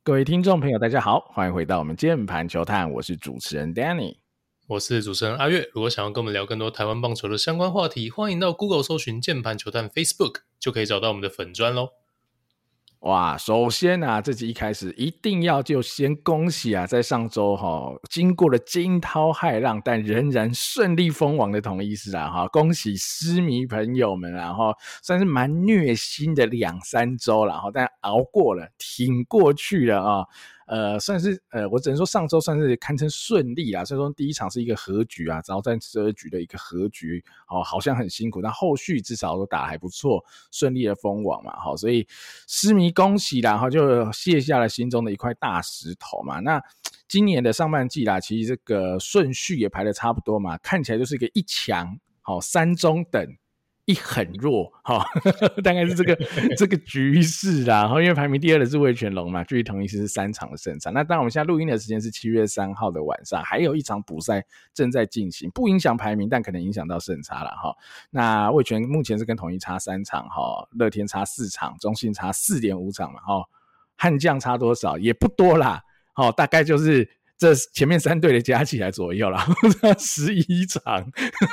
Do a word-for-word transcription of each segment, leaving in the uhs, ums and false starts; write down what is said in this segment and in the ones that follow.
各位听众朋友大家好，欢迎回到我们键盘球探，我是主持人 Danny， 我是主持人阿月。如果想要跟我们聊更多台湾棒球的相关话题，欢迎到 Google 搜寻键盘球探 Facebook 就可以找到我们的粉专咯。 哇，首先啊，这集一开始一定要就先恭喜啊，在上周哈、哦，经过了惊涛骇浪，但仍然顺利封王的统一狮啊哈，恭喜狮迷朋友们啊哈，算是蛮虐心的两三周了哈，但熬过了，挺过去了啊。呃，算是呃，我只能说上周算是堪称顺利啦。所以说第一场是一个和局啊，然后在十二局的一个和局，哦，好像很辛苦，但后续至少都打得还不错，顺利的封王嘛，好，所以狮迷恭喜啦，然后就卸下了心中的一块大石头嘛。那今年的上半季啦，其实这个顺序也排得差不多嘛，看起来就是一个一强，好，三中等。一很弱，哦、大概是这个这个局势啦。因为排名第二的是味全龙嘛，距离统一狮是三场的胜差。那当然我们现在录音的时间是七月三号的晚上，还有一场补赛正在进行，不影响排名，但可能影响到胜差啦。那味全目前是跟统一差三场，乐天差四场，中信差 四点五 场嘛，悍将差多少也不多啦，大概就是这前面三队的加起来左右啦，十一场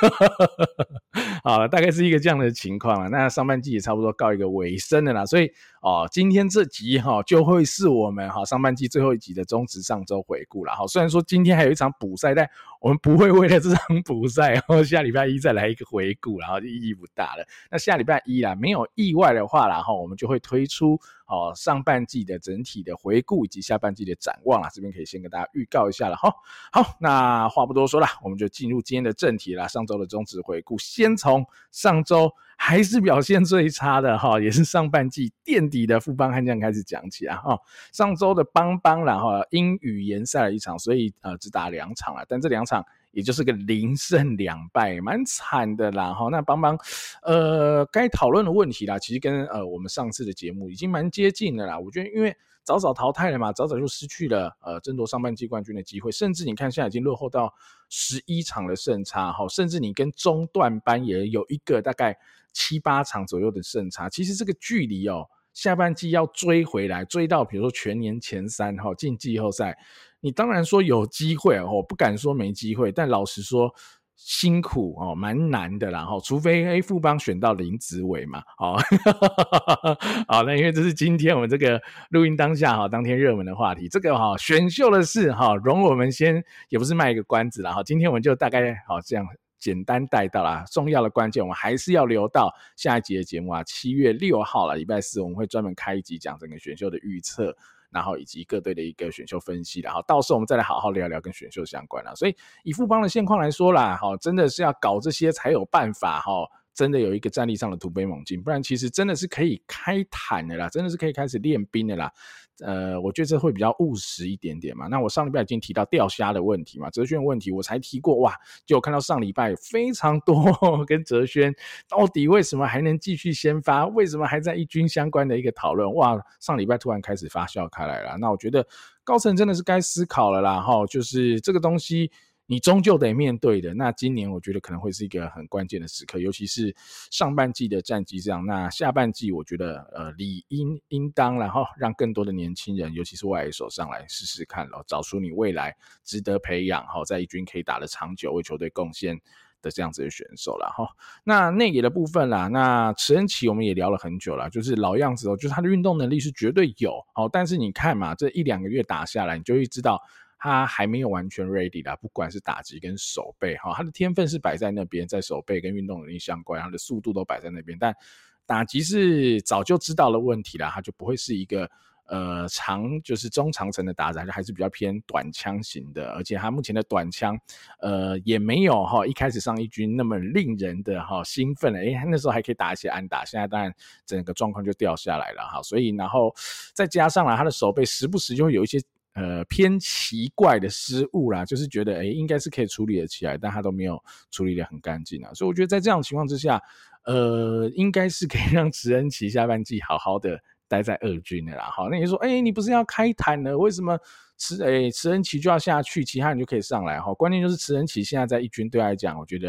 好，大概是一个这样的情况啦。那上半季也差不多告一个尾声了啦，所以哦，今天这集哈、哦、就会是我们哈、哦、上半季最后一集的中职上周回顾啦。好，虽然说今天还有一场补赛，但我们不会为了这场补赛，然后下礼拜一再来一个回顾，然后就意义不大了。那下礼拜一啦，没有意外的话啦，我们就会推出哦上半季的整体的回顾以及下半季的展望啦。这边可以先跟大家预告一下了哈。好，那话不多说啦，我们就进入今天的正题啦。上周的中职回顾，先从上周还是表现最差的哈，也是上半季垫底的富邦悍将开始讲起啊哈。上周的邦邦啦哈，因雨延赛了一场，所以呃只打两场啦，但这两场也就是个零胜两败，蛮惨的啦哈。那邦邦呃该讨论的问题啦，其实跟呃我们上次的节目已经蛮接近的啦。我觉得因为早早淘汰了嘛，早早就失去了呃争夺上半季冠军的机会，甚至你看现在已经落后到十一场的胜差，甚至你跟中段班也有一个大概七八场左右的胜差，其实这个距离哦，下半季要追回来，追到比如说全年前三进季后赛，你当然说有机会哦，不敢说没机会，但老实说辛苦哦，蛮难的啦，除非 A 富邦选到林子伟嘛，哦，好，那因为这是今天我们这个录音当下哈，当天热门的话题，这个哈选秀的事哈，容我们先也不是卖一个关子啦，哈，今天我们就大概好这样简单带到啦，重要的关键我们还是要留到下一集的节目啊，七月六号啦，礼拜四我们会专门开一集讲整个选秀的预测。然后以及各队的一个选秀分析，然后到时候我们再来好好聊聊跟选秀相关啦。所以以富邦的现况来说啦，真的是要搞这些才有办法真的有一个战力上的突飞猛进，不然其实真的是可以开坛的啦，真的是可以开始练兵的啦。呃，我觉得这会比较务实一点点嘛。那我上礼拜已经提到钓虾的问题嘛，哲轩的问题我才提过，哇，就我看到上礼拜非常多跟哲轩到底为什么还能继续先发，为什么还在一军相关的一个讨论，哇，上礼拜突然开始发酵开来了。那我觉得高层真的是该思考了啦，就是这个东西你终究得面对的。那今年我觉得可能会是一个很关键的时刻，尤其是上半季的战绩这样，那下半季我觉得呃理应应当然后让更多的年轻人，尤其是外野手上来试试看咯，找出你未来值得培养在一军可以打得长久，为球队贡献的这样子的选手啦。那内野的部分啦，那池恩奇我们也聊了很久啦，就是老样子哦，就是他的运动能力是绝对有，但是你看嘛，这一两个月打下来，你就会知道他还没有完全 ready 啦，不管是打击跟手背，他的天分是摆在那边，在手背跟运动能力相关，他的速度都摆在那边，但打击是早就知道了问题啦，他就不会是一个呃长就是中长程的打者，还是比较偏短枪型的，而且他目前的短枪呃也没有哈一开始上一军那么令人的哈兴奋了，诶那时候还可以打一些安打，现在当然整个状况就掉下来了哈，所以然后再加上啦他的手背时不时就会有一些呃偏奇怪的失误啦，就是觉得诶应该是可以处理得起来，但他都没有处理得很干净啊，所以我觉得在这样的情况之下呃应该是可以让池恩奇下半季好好的待在二军的啦。好，那你说诶你不是要开坛了，为什么池诶池恩奇就要下去，其他人就可以上来？齁关键就是池恩奇现在在一军队来讲，我觉得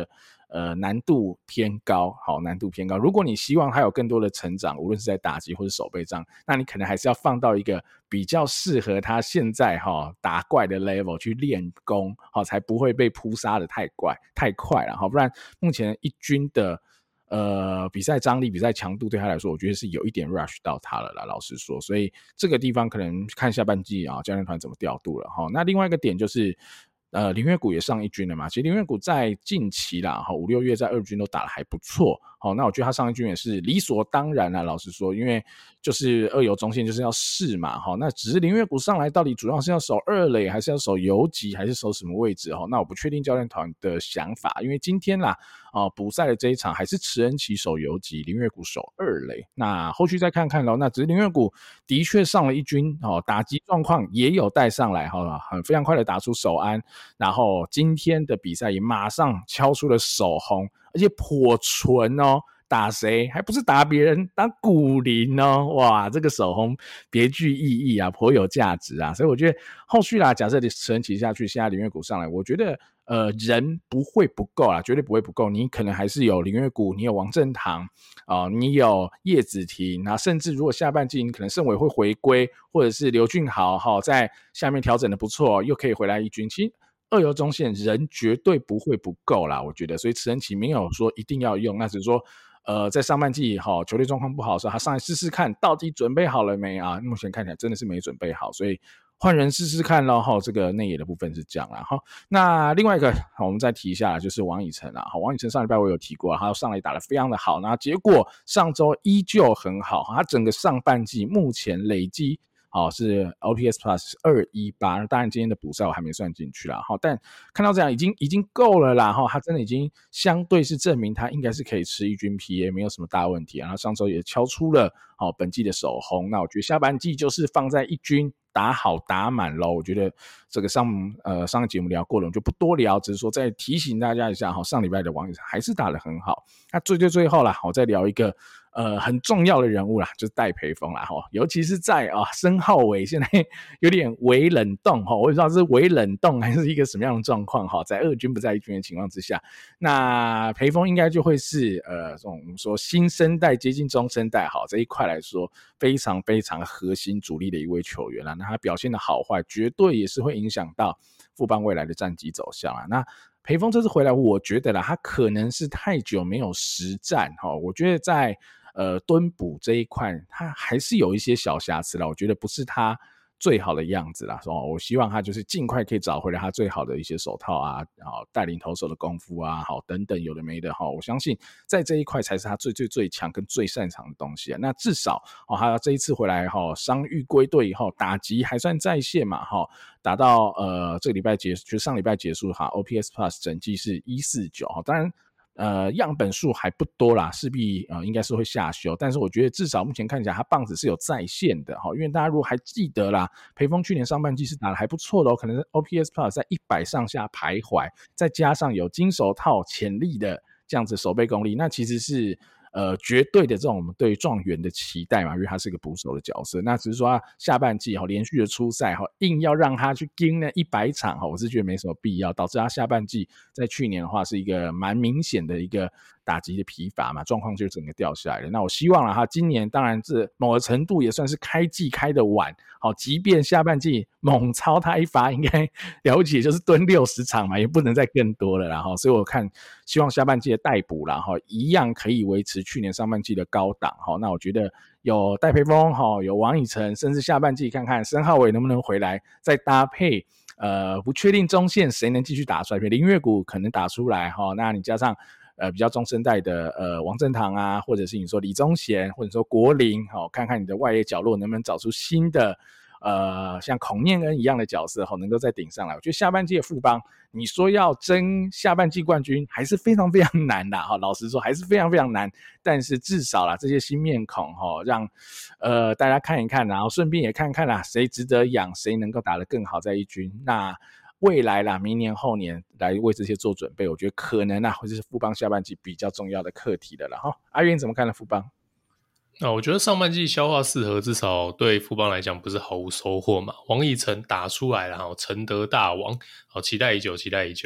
呃难度偏高，好，难度偏高。如果你希望他有更多的成长，无论是在打击或是守备上，那你可能还是要放到一个比较适合他现在哈打怪的 level 去练功，好，才不会被扑杀的太快太快了，好，不然目前一军的呃，比赛张力、比赛强度对他来说，我觉得是有一点 rush 到他了啦。老实说，所以这个地方可能看下半季啊，教练团怎么调度了哈。那另外一个点就是，呃，林月谷也上一军了嘛。其实林月谷在近期啦，哈，五六月在二军都打得还不错。好，那我觉得他上一军也是理所当然啦。老实说，因为就是二游中线就是要试嘛，哈。那只是林月谷上来到底主要是要守二垒，还是要守游击，还是守什么位置？哈，那我不确定教练团的想法，因为今天啦。啊，补赛的这一场还是池恩奇守游击，林月谷守二垒。那后续再看看咯。那只是林月谷的确上了一军，哦，打击状况也有带上来，哈，很非常快的打出首安。然后今天的比赛也马上敲出了首轰，而且颇纯哦。打谁？还不是打别人，打古林哦！哇，这个首轰别具意义啊，颇有价值啊！所以我觉得后续啦，假设你持人骑下去，现在林月谷上来，我觉得呃人不会不够啦，绝对不会不够。你可能还是有林月谷，你有王正堂啊、呃，你有叶子庭，然后甚至如果下半季你可能盛伟会回归，或者是刘俊豪哈、哦、在下面调整的不错，又可以回来一军，其实。二游中线人绝对不会不够啦，我觉得，所以池恩奇没有说一定要用，那只是说，呃，在上半季哈、哦、球队状况不好的时候，他上来试试看到底准备好了没啊？目前看起来真的是没准备好，所以换人试试看咯。哈、哦。这个内野的部分是这样啦。哈。那另外一个我们再提一下，就是王以诚啦。王以诚上礼拜我有提过，他上来打得非常的好，那结果上周依旧很好，他整个上半季目前累积。好、哦、是 O P S Plus 二一八，当然今天的补赛我还没算进去啦，好，但看到这样已经已经够了啦，哈，他真的已经相对是证明他应该是可以吃一军 P A， 没有什么大问题，然后上周也敲出了好、哦、本季的首轰，那我觉得下半季就是放在一军打好打满咯，我觉得这个上呃上个节目聊过了，我就不多聊，只是说再提醒大家一下哈，上礼拜的王以诚还是打得很好，那最最最后啦，我再聊一个。呃，很重要的人物啦，就是戴培峰啦，哈，尤其是在啊，申浩伟现在有点微冷冻哈，我也不知道是微冷冻还是一个什么样的状况哈，在二军不在一军的情况之下，那培峰应该就会是呃，这种说新生代接近中生代哈这一块来说，非常非常核心主力的一位球员啦，那他表现的好坏，绝对也是会影响到富邦未来的战绩走向啊，那。培峰这次回来，我觉得啦，他可能是太久没有实战哈，我觉得在呃蹲捕这一块，他还是有一些小瑕疵啦，我觉得不是他最好的样子啦，我希望他就是尽快可以找回来他最好的一些手套啊，然后带领投手的功夫啊，好等等有的没的哈，我相信在这一块才是他最最最强跟最擅长的东西啊。那至少哦，他这一次回来哈，伤愈归队以后，打击还算在线嘛哈，打到呃这个礼拜结，就是上礼拜结束哈 ，O P S Plus 整季是一四九哈，当然。呃，样本数还不多啦，势必呃应该是会下修，但是我觉得至少目前看起来，他棒子是有在线的哈，因为大家如果还记得啦，培峰去年上半季是打得还不错的哦，可能 O P S Plus 在一百上下徘徊，再加上有金手套潜力的这样子守备功力，那其实是。呃，绝对的这种我们对状元的期待嘛，因为他是个捕手的角色。那只是说他下半季哈连续的出赛哈，硬要让他去盯那一百场哈，我是觉得没什么必要，导致他下半季在去年的话是一个蛮明显的一个打击的疲乏嘛，状况就整个掉下来了。那我希望啦，他今年当然这某个程度也算是开季开的晚，好，即便下半季猛超他一发，应该了不起就是蹲六十场嘛，也不能再更多了啦哈。所以我看希望下半季的逮捕啦哈，一样可以维持去年上半季的高档哈。那我觉得有戴培峰哈，有王以诚，甚至下半季看看申浩伟能不能回来，再搭配呃不确定中线谁能继续打出来，林月谷可能打出来哈。那你加上呃比较中生代的呃王正堂啊，或者是你说李宗贤，或者说国林，好、哦、看看你的外野角落能不能找出新的。呃，像孔念恩一样的角色哈，能够再顶上来，我觉得下半季的富邦，你说要争下半季冠军，还是非常非常难的哈。老实说，还是非常非常难。但是至少啦，这些新面孔哈，让呃大家看一看，然后顺便也看看啦，谁值得养，谁能够打得更好在一军。那未来啦，明年后年来为这些做准备，我觉得可能啊，会是富邦下半季比较重要的课题的了哈。阿元怎么看呢？富邦？ 那我觉得上半季消化四核至少对富邦来讲不是毫无收获嘛。王以诚打出来了，承得大王，好期待已久，期待已久。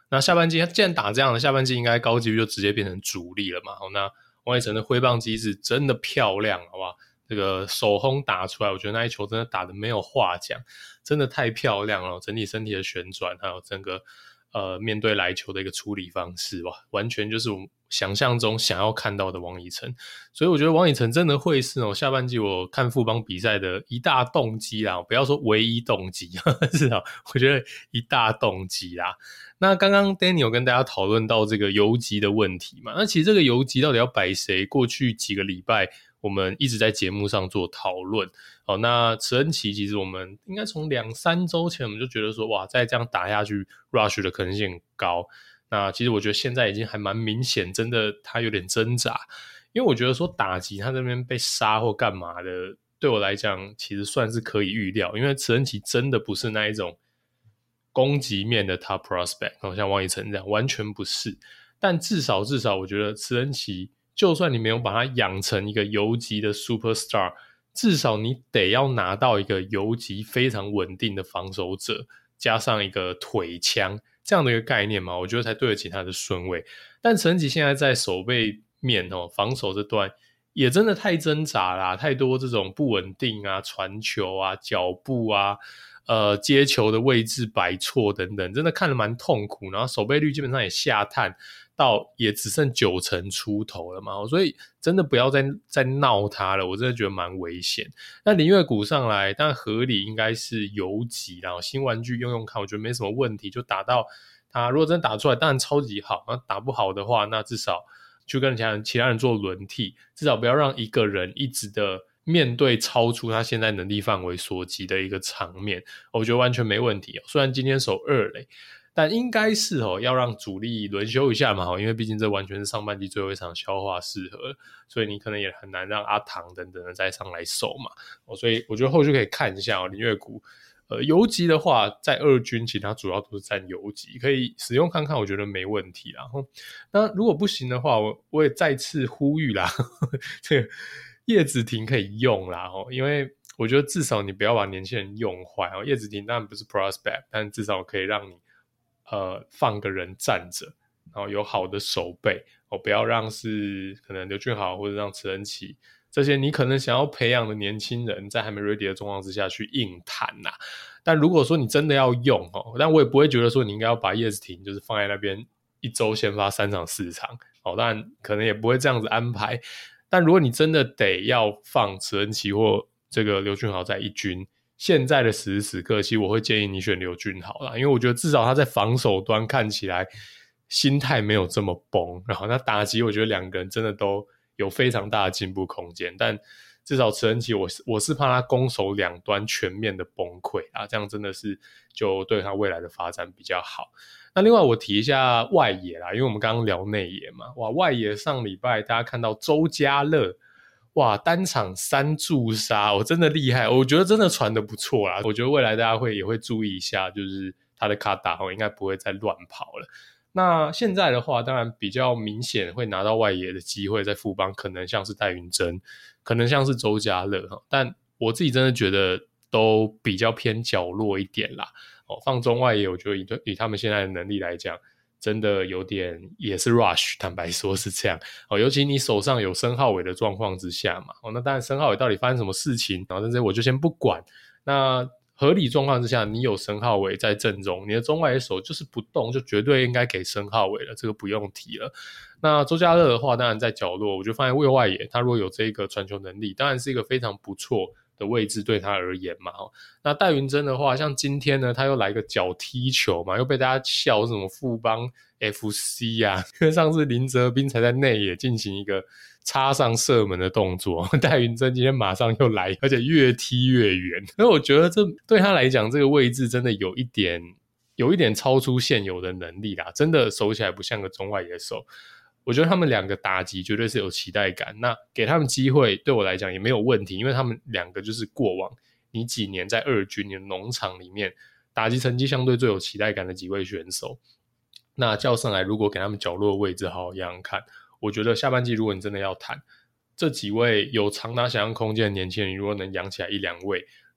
那下半季他既然打这样的，下半季应该高级就直接变成主力了嘛。好，那王以诚的挥棒机制真的漂亮，好不好？这个手轰打出来，我觉得那一球真的打得没有话讲，真的太漂亮了，整体身体的旋转还有整个呃面对来球的一个处理方式，哇，完全就是我们想象中想要看到的王以诚。所以我觉得王以诚真的会是哦下半季我看富邦比赛的一大动机啦，不要说唯一动机是啊，我觉得一大动机啦。那刚刚 Danny 有跟大家讨论到这个游击的问题嘛，那其实这个游击到底要摆谁，过去几个礼拜我们一直在节目上做讨论。好，那池恩奇其实我们应该从两三周前我们就觉得说，哇，再这样打下去 rush 的可能性很高。那其实我觉得现在已经还蛮明显，真的他有点挣扎，因为我觉得说打击他这边被杀或干嘛的，对我来讲其实算是可以预料，因为池恩奇真的不是那一种攻击面的 top prospect， 像王以诚这样完全不是。但至少至少我觉得池恩奇就算你没有把他养成一个游击的 superstar， 至少你得要拿到一个游击非常稳定的防守者，加上一个腿枪这样的一个概念嘛，我觉得才对得起他的顺位。但陈吉现在在守备面哦，防守这段也真的太挣扎啦，太多这种不稳定啊，传球啊，脚步啊，呃，接球的位置摆错等等，真的看得蛮痛苦。然后守备率基本上也下探到也只剩九成出头了嘛，所以真的不要再再闹他了，我真的觉得蛮危险。那林月谷上来，但合理应该是游击，然后新玩具用用看，我觉得没什么问题，就打到他如果真的打出来，当然超级好。那打不好的话，那至少去跟其他人其他人做轮替，至少不要让一个人一直的面对超出他现在能力范围所及的一个场面，我觉得完全没问题。虽然今天守二垒，但应该是哦要让主力轮休一下嘛，因为毕竟这完全是上半季最后一场消化适合，所以你可能也很难让阿唐等等的再上来守嘛。所以我觉得后续可以看一下哦，林月谷。呃，游击的话，在二军，其他主要都是占游击，可以使用看看，我觉得没问题啦。那如果不行的话，我我也再次呼吁啦，这个叶子庭可以用啦，因为我觉得至少你不要把年轻人用坏。叶子庭当然不是 prospect， 但至少可以让你呃放个人站着，然后有好的守备，哦，不要让是可能刘俊豪或者让池恩奇。这些你可能想要培养的年轻人在还没 ready 的状况之下去硬谈啦。但如果说你真的要用哦，但我也不会觉得说你应该要把叶子庭就是放在那边一周先发三场四场哦，当然可能也不会这样子安排。但如果你真的得要放池恩奇或这个刘俊豪在一军，现在的此时此刻，其实我会建议你选刘俊豪啦，因为我觉得至少他在防守端看起来心态没有这么崩，然后那打击我觉得两个人真的都有非常大的进步空间，但至少池恩奇我是我是怕他攻守两端全面的崩溃啊，这样真的是就对他未来的发展比较好。那另外我提一下外野啦，因为我们刚刚聊内野嘛，哇，外野上礼拜大家看到周家乐，哇，单场三助杀，我真的厉害，我觉得真的传得不错啦，我觉得未来大家会也会注意一下，就是他的卡打应该不会再乱跑了。那现在的话当然比较明显会拿到外野的机会，在富邦可能像是戴云真，可能像是周家乐，但我自己真的觉得都比较偏角落一点啦。哦，放中外野我觉得 以, 以他们现在的能力来讲真的有点也是 rush， 坦白说是这样。哦，尤其你手上有申浩瑋的状况之下嘛，哦，那当然申浩瑋到底发生什么事情，然后这些我就先不管。那合理状况之下，你有申浩瑋在阵中，你的中外野手就是不动，就绝对应该给申浩瑋了，这个不用提了。那周家乐的话当然在角落，我就放在右外野，他如果有这个传球能力，当然是一个非常不错的位置对他而言嘛。那戴云真的话，像今天呢他又来个脚踢球嘛，又被大家笑什么富邦 F C 啊，因为上次林哲斌才在内野进行一个插上射门的动作，戴云真今天马上又来，而且越踢越远。所以我觉得这对他来讲这个位置真的有一点有一点超出现有的能力啦，真的守起来不像个中外野手。我觉得他们两个打击绝对是有期待感，那给他们机会对我来讲也没有问题，因为他们两个就是过往你几年在二军你的农场里面打击成绩相对最有期待感的几位选手，那叫上来如果给他们角落的位置好好养养看，我觉得下半季如果你真的要谈这几位有长达想象空间的年轻人，如果能养起来一两位，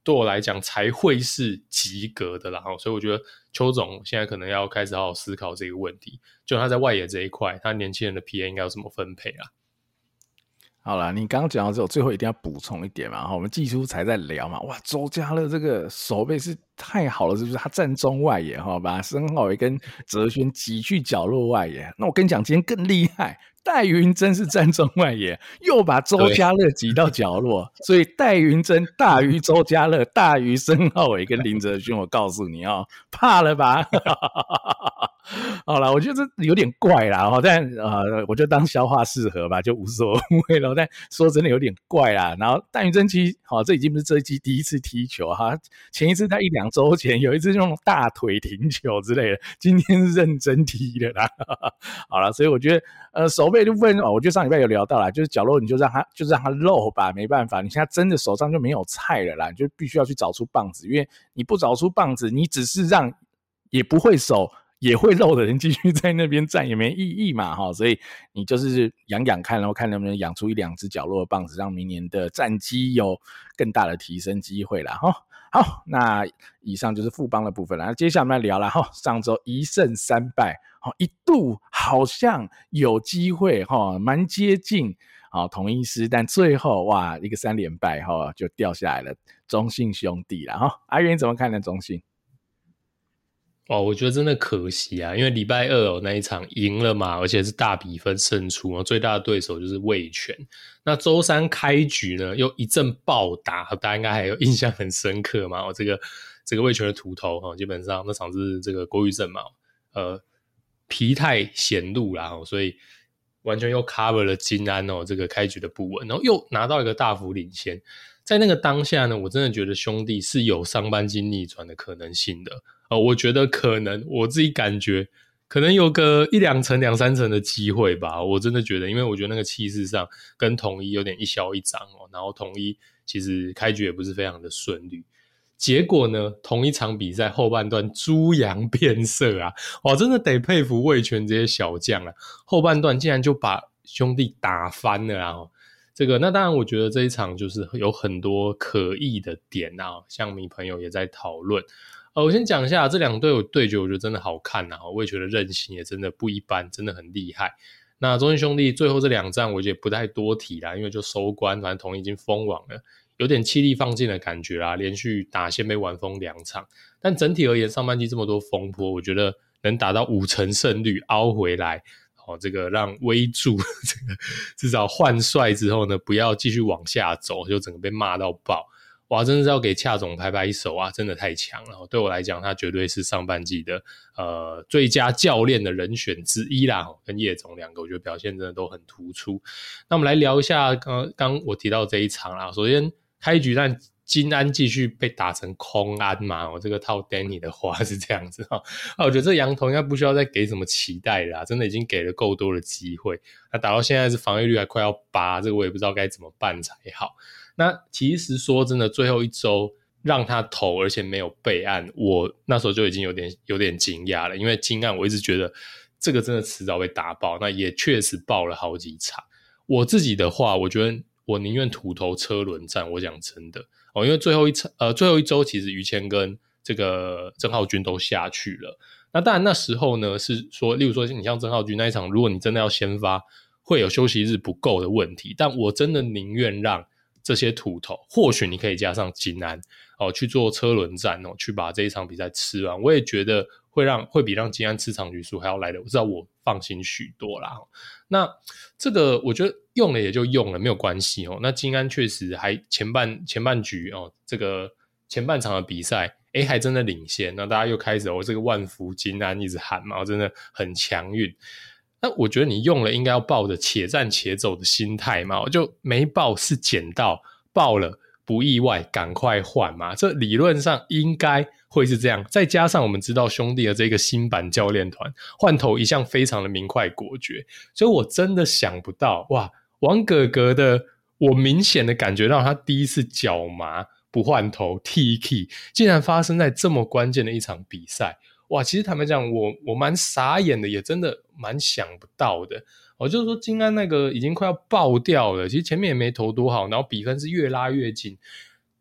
对我来讲才会是及格的啦，所以我觉得邱总现在可能要开始好好思考这个问题，就他在外野这一块，他年轻人的 P A 应该要怎么分配啦。 好啦，你刚刚讲到之后，最后一定要补充一点嘛，我们季初才在聊嘛，哇，周家乐这个守备是太好了，是不是？他站中外野哈，把申浩伟跟哲轩挤去角落外野。那我跟你讲，今天更厉害，戴云真是站中外野，又把周家乐挤到角落，所以戴云真大于周家乐，大于申浩伟跟林哲轩。我告诉你哦，怕了吧？好啦，我觉得这有点怪啦，但呃，我就当消化适合吧，就无所谓了。但说真的有点怪啦。然后戴云真其实，好，这已经不是这一季第一次踢球哈，前一次在一两周前有一次用大腿停球之类的，今天是认真踢的啦。好啦，所以我觉得呃，守备的部分，我觉得上礼拜有聊到啦，就是角落你就让他就让他漏吧，没办法，你现在真的手上就没有菜了啦，你就必须要去找出棒子，因为你不找出棒子，你只是让也不会守也会漏的人继续在那边站也没意义嘛，所以你就是养养看，然后看能不能养出一两只角落的棒子，让明年的战绩有更大的提升机会啦。好，那以上就是富邦的部分啦，接下来我们来聊啦，上周一胜三败，一度好像有机会蛮接近统一狮，但最后哇一个三连败就掉下来了，中信兄弟啦。阿元怎么看呢？中信哦，我觉得真的可惜啊，因为礼拜二哦那一场赢了嘛，而且是大比分胜出哦，最大的对手就是味全。那周三开局呢，又一阵暴打，大家应该还有印象很深刻嘛。哦，这个这个味全的屠头哦，基本上那场是这个郭玉正嘛，呃，疲态显露啦，哦，所以完全又 cover 了金安哦这个开局的不稳，然后又拿到一个大幅领先。在那个当下呢，我真的觉得兄弟是有上半季逆转的可能性的。呃，我觉得可能我自己感觉可能有个一两成两三成的机会吧，我真的觉得，因为我觉得那个气势上跟统一有点一消一长哦，然后统一其实开局也不是非常的顺利，结果呢同一场比赛后半段猪羊变色啊，哇，真的得佩服味全这些小将啊，后半段竟然就把兄弟打翻了啊。这个那当然我觉得这一场就是有很多可疑的点啊，像米朋友也在讨论。呃，我先讲一下这两队有对决，我觉得真的好看啊，我也觉得韧性也真的不一般，真的很厉害。那中信兄弟最后这两战我觉得不太多提啦，因为就收官，反正统一已经封王了，有点气力放尽的感觉啦，连续打先被完封两场。但整体而言上半季这么多风波，我觉得能打到五成胜率凹回来，哦，这个让威助这个至少换帅之后呢，不要继续往下走，就整个被骂到爆。哇，真的是要给恰总拍拍手啊，真的太强了。对我来讲，他绝对是上半季的呃最佳教练的人选之一啦，跟叶总两个我觉得表现真的都很突出。那我们来聊一下刚刚我提到这一场啦，首先开局让金安继续被打成空安嘛，我这个套 Danny 的话是这样子。啊，我觉得这羊头应该不需要再给什么期待啦，真的已经给了够多的机会，那打到现在是防御率还快要八，这个我也不知道该怎么办才好。那其实说真的，最后一周让他投而且没有备案，我那时候就已经有点有点惊讶了，因为金安我一直觉得这个真的迟早被打爆，那也确实爆了好几场。我自己的话，我觉得我宁愿土投车轮战，我讲真的哦，因为最后一场呃最后一周其实于谦跟这个郑浩均都下去了。那当然那时候呢是说，例如说你像郑浩均那一场，如果你真的要先发，会有休息日不够的问题，但我真的宁愿让这些土头，或许你可以加上金安哦，去做车轮战哦，去把这一场比赛吃完，我也觉得会让会比让金安吃场局数还要来的，我知道我放心许多啦。那这个我觉得用了也就用了，没有关系哦。那金安确实还前半前半局哦，这个前半场的比赛，诶还真的领先，那大家又开始哦，这个万福金安一直喊嘛，真的很强运。那我觉得你用了应该要抱着且战且走的心态嘛，我就没抱是捡到，抱了不意外赶快换嘛，这理论上应该会是这样。再加上我们知道兄弟的这个新版教练团换头一向非常的明快果决，所以我真的想不到，哇，王哥哥的我明显的感觉到他第一次脚麻不换头 T K 竟然发生在这么关键的一场比赛。哇，其实坦白讲我我蛮傻眼的，也真的蛮想不到的。哦，就是说金安那个已经快要爆掉了，其实前面也没投多好，然后比分是越拉越近。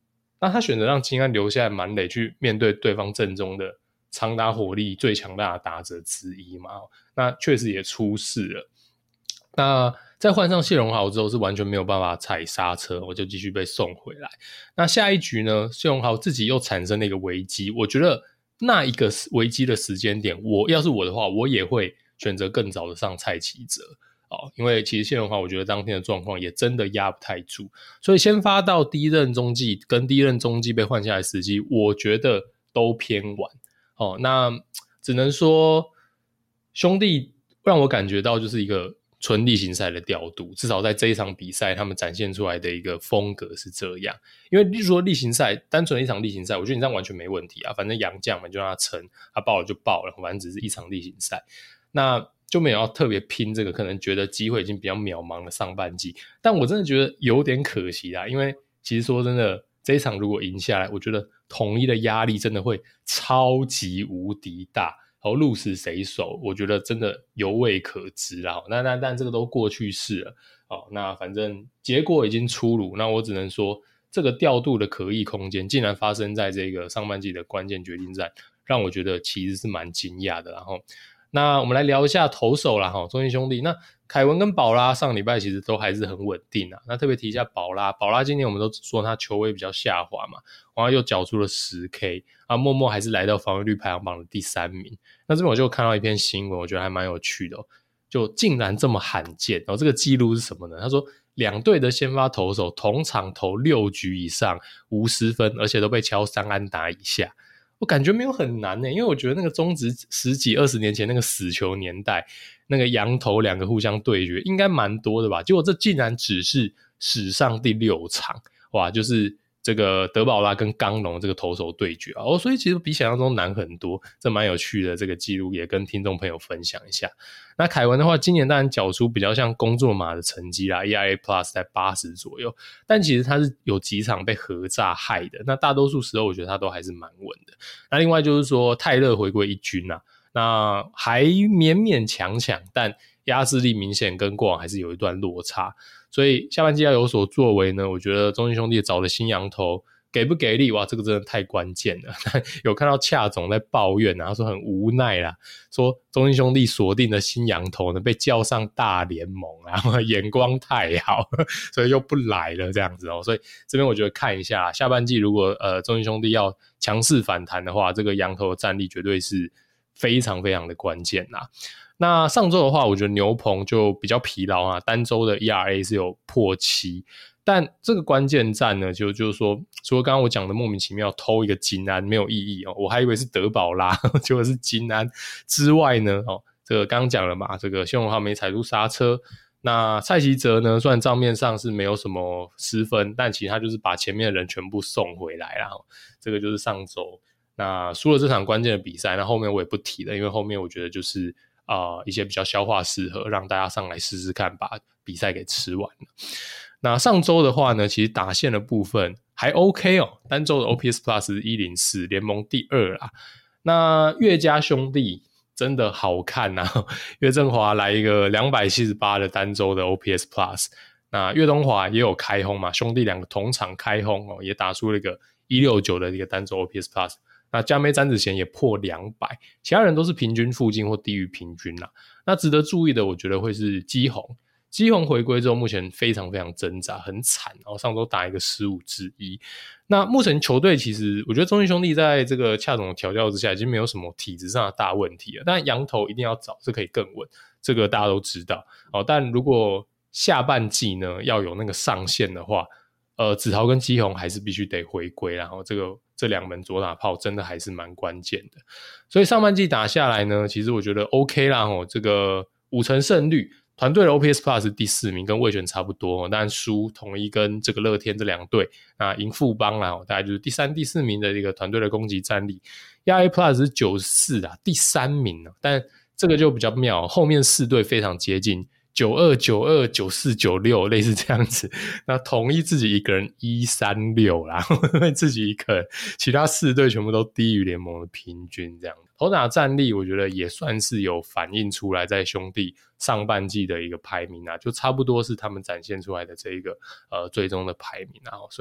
那他选择让金安留下来满垒去面对对方阵中的长打火力最强大的打者之一嘛，那确实也出事了。那在换上谢荣豪之后是完全没有办法踩刹车，我就继续被送回来。那下一局呢，谢荣豪自己又产生了一个危机，我觉得那一个危机的时间点，我要是我的话，我也会选择更早的上蔡启哲。哦，因为其实谢荣豪我觉得当天的状况也真的压不太住，所以先发到第一任中继跟第一任中继被换下来的时机，我觉得都偏晚。哦，那只能说兄弟让我感觉到就是一个纯例行赛的调度，至少在这一场比赛他们展现出来的一个风格是这样。因为例如说例行赛单纯的一场例行赛，我觉得你这样完全没问题啊，反正洋将嘛就让他撑，他爆了就爆了，反正只是一场例行赛，那就没有要特别拼这个可能觉得机会已经比较渺茫的上半季。但我真的觉得有点可惜啦，因为其实说真的，这一场如果赢下来，我觉得统一的压力真的会超级无敌大，然后鹿死谁手我觉得真的犹未可知啦。那那但这个都过去式了，哦，那反正结果已经出炉，那我只能说这个调度的可议空间竟然发生在这个上半季的关键决定战，让我觉得其实是蛮惊讶的。然后那我们来聊一下投手啦，中信兄弟那凯文跟宝拉上礼拜其实都还是很稳定啊，那特别提一下宝拉，宝拉今年我们都说他球威比较下滑嘛，然后又缴出了 十K 啊，默默还是来到防御率排行榜的第三名。那这边我就看到一篇新闻，我觉得还蛮有趣的，哦，就竟然这么罕见，然后这个记录是什么呢？他说两队的先发投手同场投六局以上无失分，而且都被敲三安打以下。我感觉没有很难耶，因为我觉得那个中职十几二十年前那个死球年代，那个洋投两个互相对决应该蛮多的吧，结果这竟然只是史上第六场，哇，就是这个德保拉跟刚龙这个投手对决啊，哦，所以其实比想象中难很多，这蛮有趣的，这个记录也跟听众朋友分享一下。那凯文的话，今年当然缴出比较像工作马的成绩啦 ，E R A Plus 在八十左右，但其实他是有几场被核炸害的，那大多数时候我觉得他都还是蛮稳的。那另外就是说泰勒回归一军啊，那还勉勉强强，但压制力明显跟过往还是有一段落差，所以下半季要有所作为呢，我觉得中信兄弟找的新洋投给不给力，哇，这个真的太关键了。有看到恰总在抱怨啊，他说很无奈啦，说中信兄弟锁定的新洋投呢被叫上大联盟啊，眼光太好，所以又不来了这样子哦。所以这边我觉得看一下下半季如果呃中信兄弟要强势反弹的话，这个洋投的战力绝对是非常非常的关键啦。那上周的话，我觉得牛棚就比较疲劳啊，单周的 E R A 是有破七，但这个关键战呢，就就是说，除了刚刚我讲的莫名其妙偷一个金安没有意义哦，我还以为是德保拉，结果是金安之外呢，哦，这个刚刚讲了嘛，这个谢荣豪没踩出刹车，那蔡其哲呢，虽然账面上是没有什么失分，但其实他就是把前面的人全部送回来啦，哦，这个就是上周那输了这场关键的比赛，那后面我也不提了，因为后面我觉得就是呃，一些比较消化适合让大家上来试试看，把比赛给吃完了。那上周的话呢，其实打线的部分还 OK 哦，单周的 O P S Plus 一零四，联盟第二啦。那岳家兄弟真的好看啊，岳振华来一个两百七十八的单周的 O P S Plus， 那岳东华也有开轰嘛，兄弟两个同场开轰哦，也打出了一个一六九的一个单周 O P S Plus。那加梅詹子贤也破两百，其他人都是平均附近或低于平均啦。那值得注意的我觉得会是基宏，基宏回归之后目前非常非常挣扎，很惨，然后上周打一个失误之一。那目前球队其实我觉得中信兄弟在这个恰总的调教之下已经没有什么体质上的大问题了，但洋投一定要找，这可以更稳，这个大家都知道，哦，但如果下半季呢要有那个上限的话，呃，子豪跟基宏还是必须得回归，然后这个这两门左打炮真的还是蛮关键的。所以上半季打下来呢，其实我觉得 OK 啦，哦，这个五成胜率，团队的 O P S Plus 第四名，跟味全差不多，但输统一跟这个乐天这两队，那赢富邦啦，大概就是第三、第四名的一个团队的攻击战力。E R A Plus 是九十四啦，第三名啊，但这个就比较妙，后面四队非常接近。九二、九二、九四、九六类似这样子，那统一自己一个人一三六啦，自己一个人，其他四队全部都低于联盟的平均这样。投打战力我觉得也算是有反映出来在兄弟上半季的一个排名啊，就差不多是他们展现出来的这一个呃最终的排名啊，所以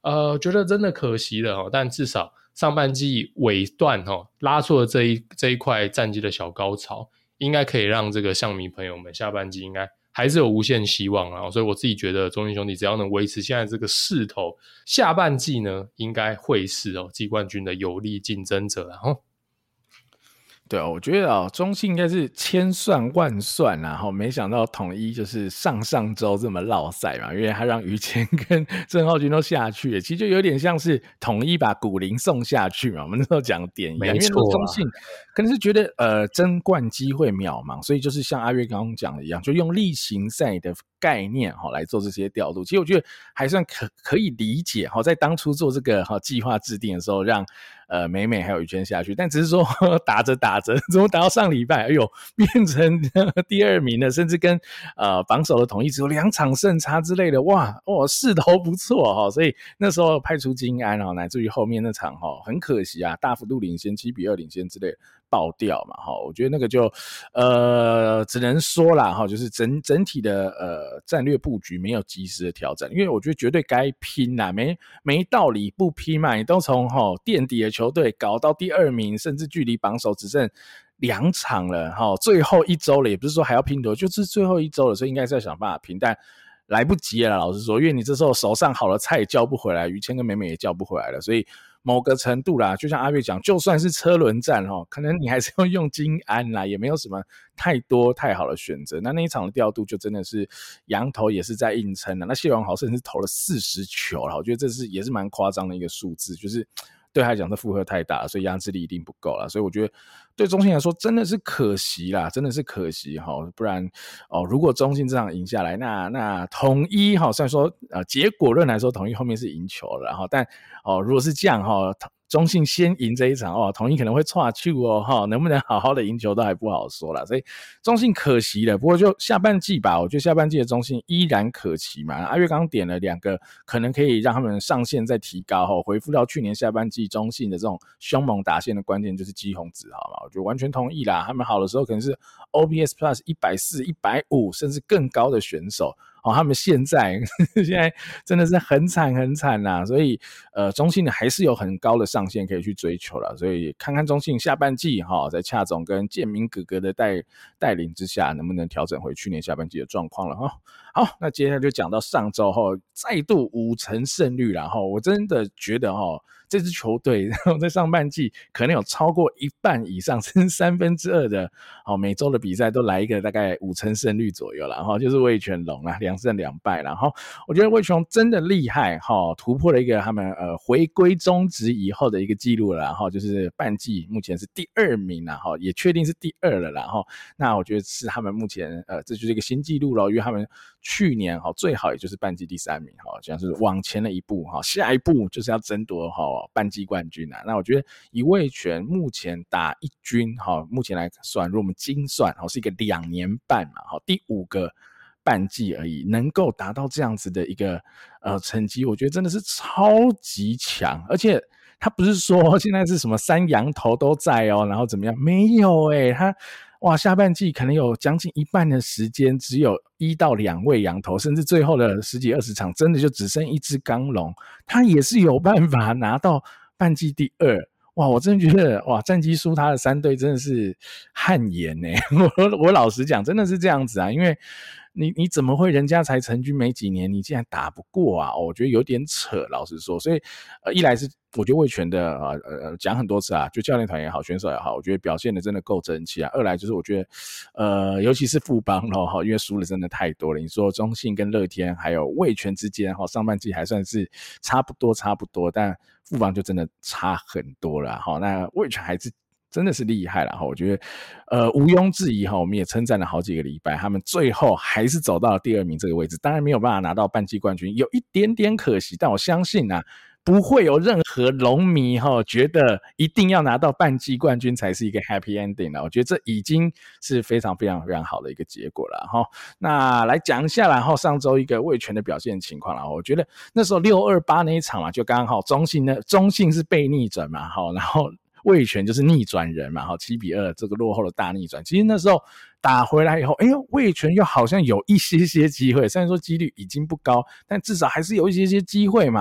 呃，觉得真的可惜了哦，但至少上半季尾段哦拉出了这一这一块战绩的小高潮，应该可以让这个象迷朋友们下半季应该还是有无限希望啊，所以我自己觉得中信兄弟只要能维持现在这个势头，下半季呢应该会是哦季冠军的有力竞争者啦哦。 对啊，我觉得啊、哦，中信应该是千算万算啦，然后没想到统一就是上上周这么落赛嘛，因为他让于谦跟郑浩均都下去了，其实就有点像是统一把古林送下去嘛。我们那时候讲点一样，因为那中信可能是觉得呃争冠机会渺茫，所以就是像阿月刚刚讲的一样，就用例行赛的概念哈来做这些调度。其实我觉得还算可可以理解哈，在当初做这个哈计划制定的时候，让呃美美还有于谦下去，但只是说打着打着，怎么打到上礼拜，哎呦变成第二名了，甚至跟呃榜首的统一只有两场胜差之类的，哇哇势头不错哈，所以那时候派出金安哦，乃至于后面那场哈很可惜啊，大幅度领先七比二领先之类的爆掉嘛哈，我觉得那个就呃只能说啦哈，就是整整体的呃战略布局没有及时的调整，因为我觉得绝对该拼啦，没没道理不拼嘛，你都从哈垫底的球队搞到第二名，甚至距离榜首只剩两场了哈，最后一周了，也不是说还要拼多，就是最后一周了，所以应该是要想办法拼，但来不及了啦，老实说，因为你这时候手上好的菜也叫不回来，于谦跟美美也叫不回来了，所以某个程度啦，就像阿月讲，就算是车轮战齁，可能你还是要用金安啦，也没有什么太多太好的选择。那那一场的调度就真的是洋投也是在硬撑了，那谢荣豪甚至投了四十球啦，我觉得这是也是蛮夸张的一个数字，就是对他来讲这负荷太大了，所以压制力一定不够啦，所以我觉得对中信来说真的是可惜啦，真的是可惜哈，不然哦，如果中信这场赢下来，那那统一哈，虽然说呃结果论来说统一后面是赢球了哈，但哦如果是这样哈，中信先赢这一场哦，统一可能会挫球哦哈，能不能好好的赢球都还不好说啦，所以中信可惜了。不过就下半季吧，我觉得下半季的中信依然可期嘛。阿月刚点了两个可能可以让他们上限再提高哈，回复到去年下半季中信的这种凶猛打线的关键就是基宏子豪嘛，我就完全同意啦。他们好的时候可能是 O P S Plus 一百四十、一百五十甚至更高的选手。哦，他们现在现在真的是很惨很惨啦，所以呃，中信还是有很高的上限可以去追求啦，所以看看中信下半季哈、哦，在恰总跟建明哥哥的带带领之下，能不能调整回去年下半季的状况了哈、哦。好，那接下来就讲到上周哈、哦，再度五成胜率啦哈、哦，我真的觉得哈、哦。这支球队在上半季可能有超过一半以上，甚至三分之二的哦，每周的比赛都来一个大概五成胜率左右啦，然后就是味全龙啦，两胜两败啦，然后我觉得味全龙真的厉害哈，突破了一个他们呃回归中职以后的一个记录了，然后就是半季目前是第二名啦，哈，也确定是第二了啦，哈，那我觉得是他们目前呃这就是一个新纪录了，因为他们去年哈最好也就是半季第三名哈，这样是往前了一步哈，下一步就是要争夺哈。半季冠军啊，那我觉得以味全目前打一军哈，目前来算，如果我们精算哈，是一个两年半嘛，哈，第五个半季而已，能够达到这样子的一个呃成绩，我觉得真的是超级强，而且他不是说现在是什么三洋头都在哦，然后怎么样？没有诶、欸、他。哇，下半季可能有将近一半的时间只有一到两位洋投，甚至最后的十几二十场真的就只剩一只刚龙，他也是有办法拿到半季第二。哇，我真的觉得哇，战绩输他的三队真的是汗颜欸我我老实讲，真的是这样子啊，因为你你怎么会人家才成军没几年，你竟然打不过啊？哦、我觉得有点扯，老实说。所以呃，一来是我觉得味全的呃呃讲很多次啊，就教练团也好，选手也好，我觉得表现的真的够争气啊。二来就是我觉得呃，尤其是富邦咯哈，因为输了真的太多了。你说中信跟乐天还有味全之间哈，上半季还算是差不多差不多，但富邦就真的差很多了哈。那味全还是。真的是厉害啦，我觉得呃毋庸置疑哈，我们也称赞了好几个礼拜，他们最后还是走到了第二名这个位置，当然没有办法拿到半季冠军，有一点点可惜，但我相信啊不会有任何龙迷哈觉得一定要拿到半季冠军才是一个 happy ending 了，我觉得这已经是非常非常非常好的一个结果了哈。那来讲一下然后上周一个味全的表现情况啦，我觉得那时候六二八那一场嘛，就刚好中信呢，中信是被逆转嘛，哈，然后。味全就是逆转人嘛，哈，七比二这个落后的大逆转。其实那时候打回来以后，哎呦，味全又好像有一些些机会，虽然说几率已经不高，但至少还是有一些些机会嘛。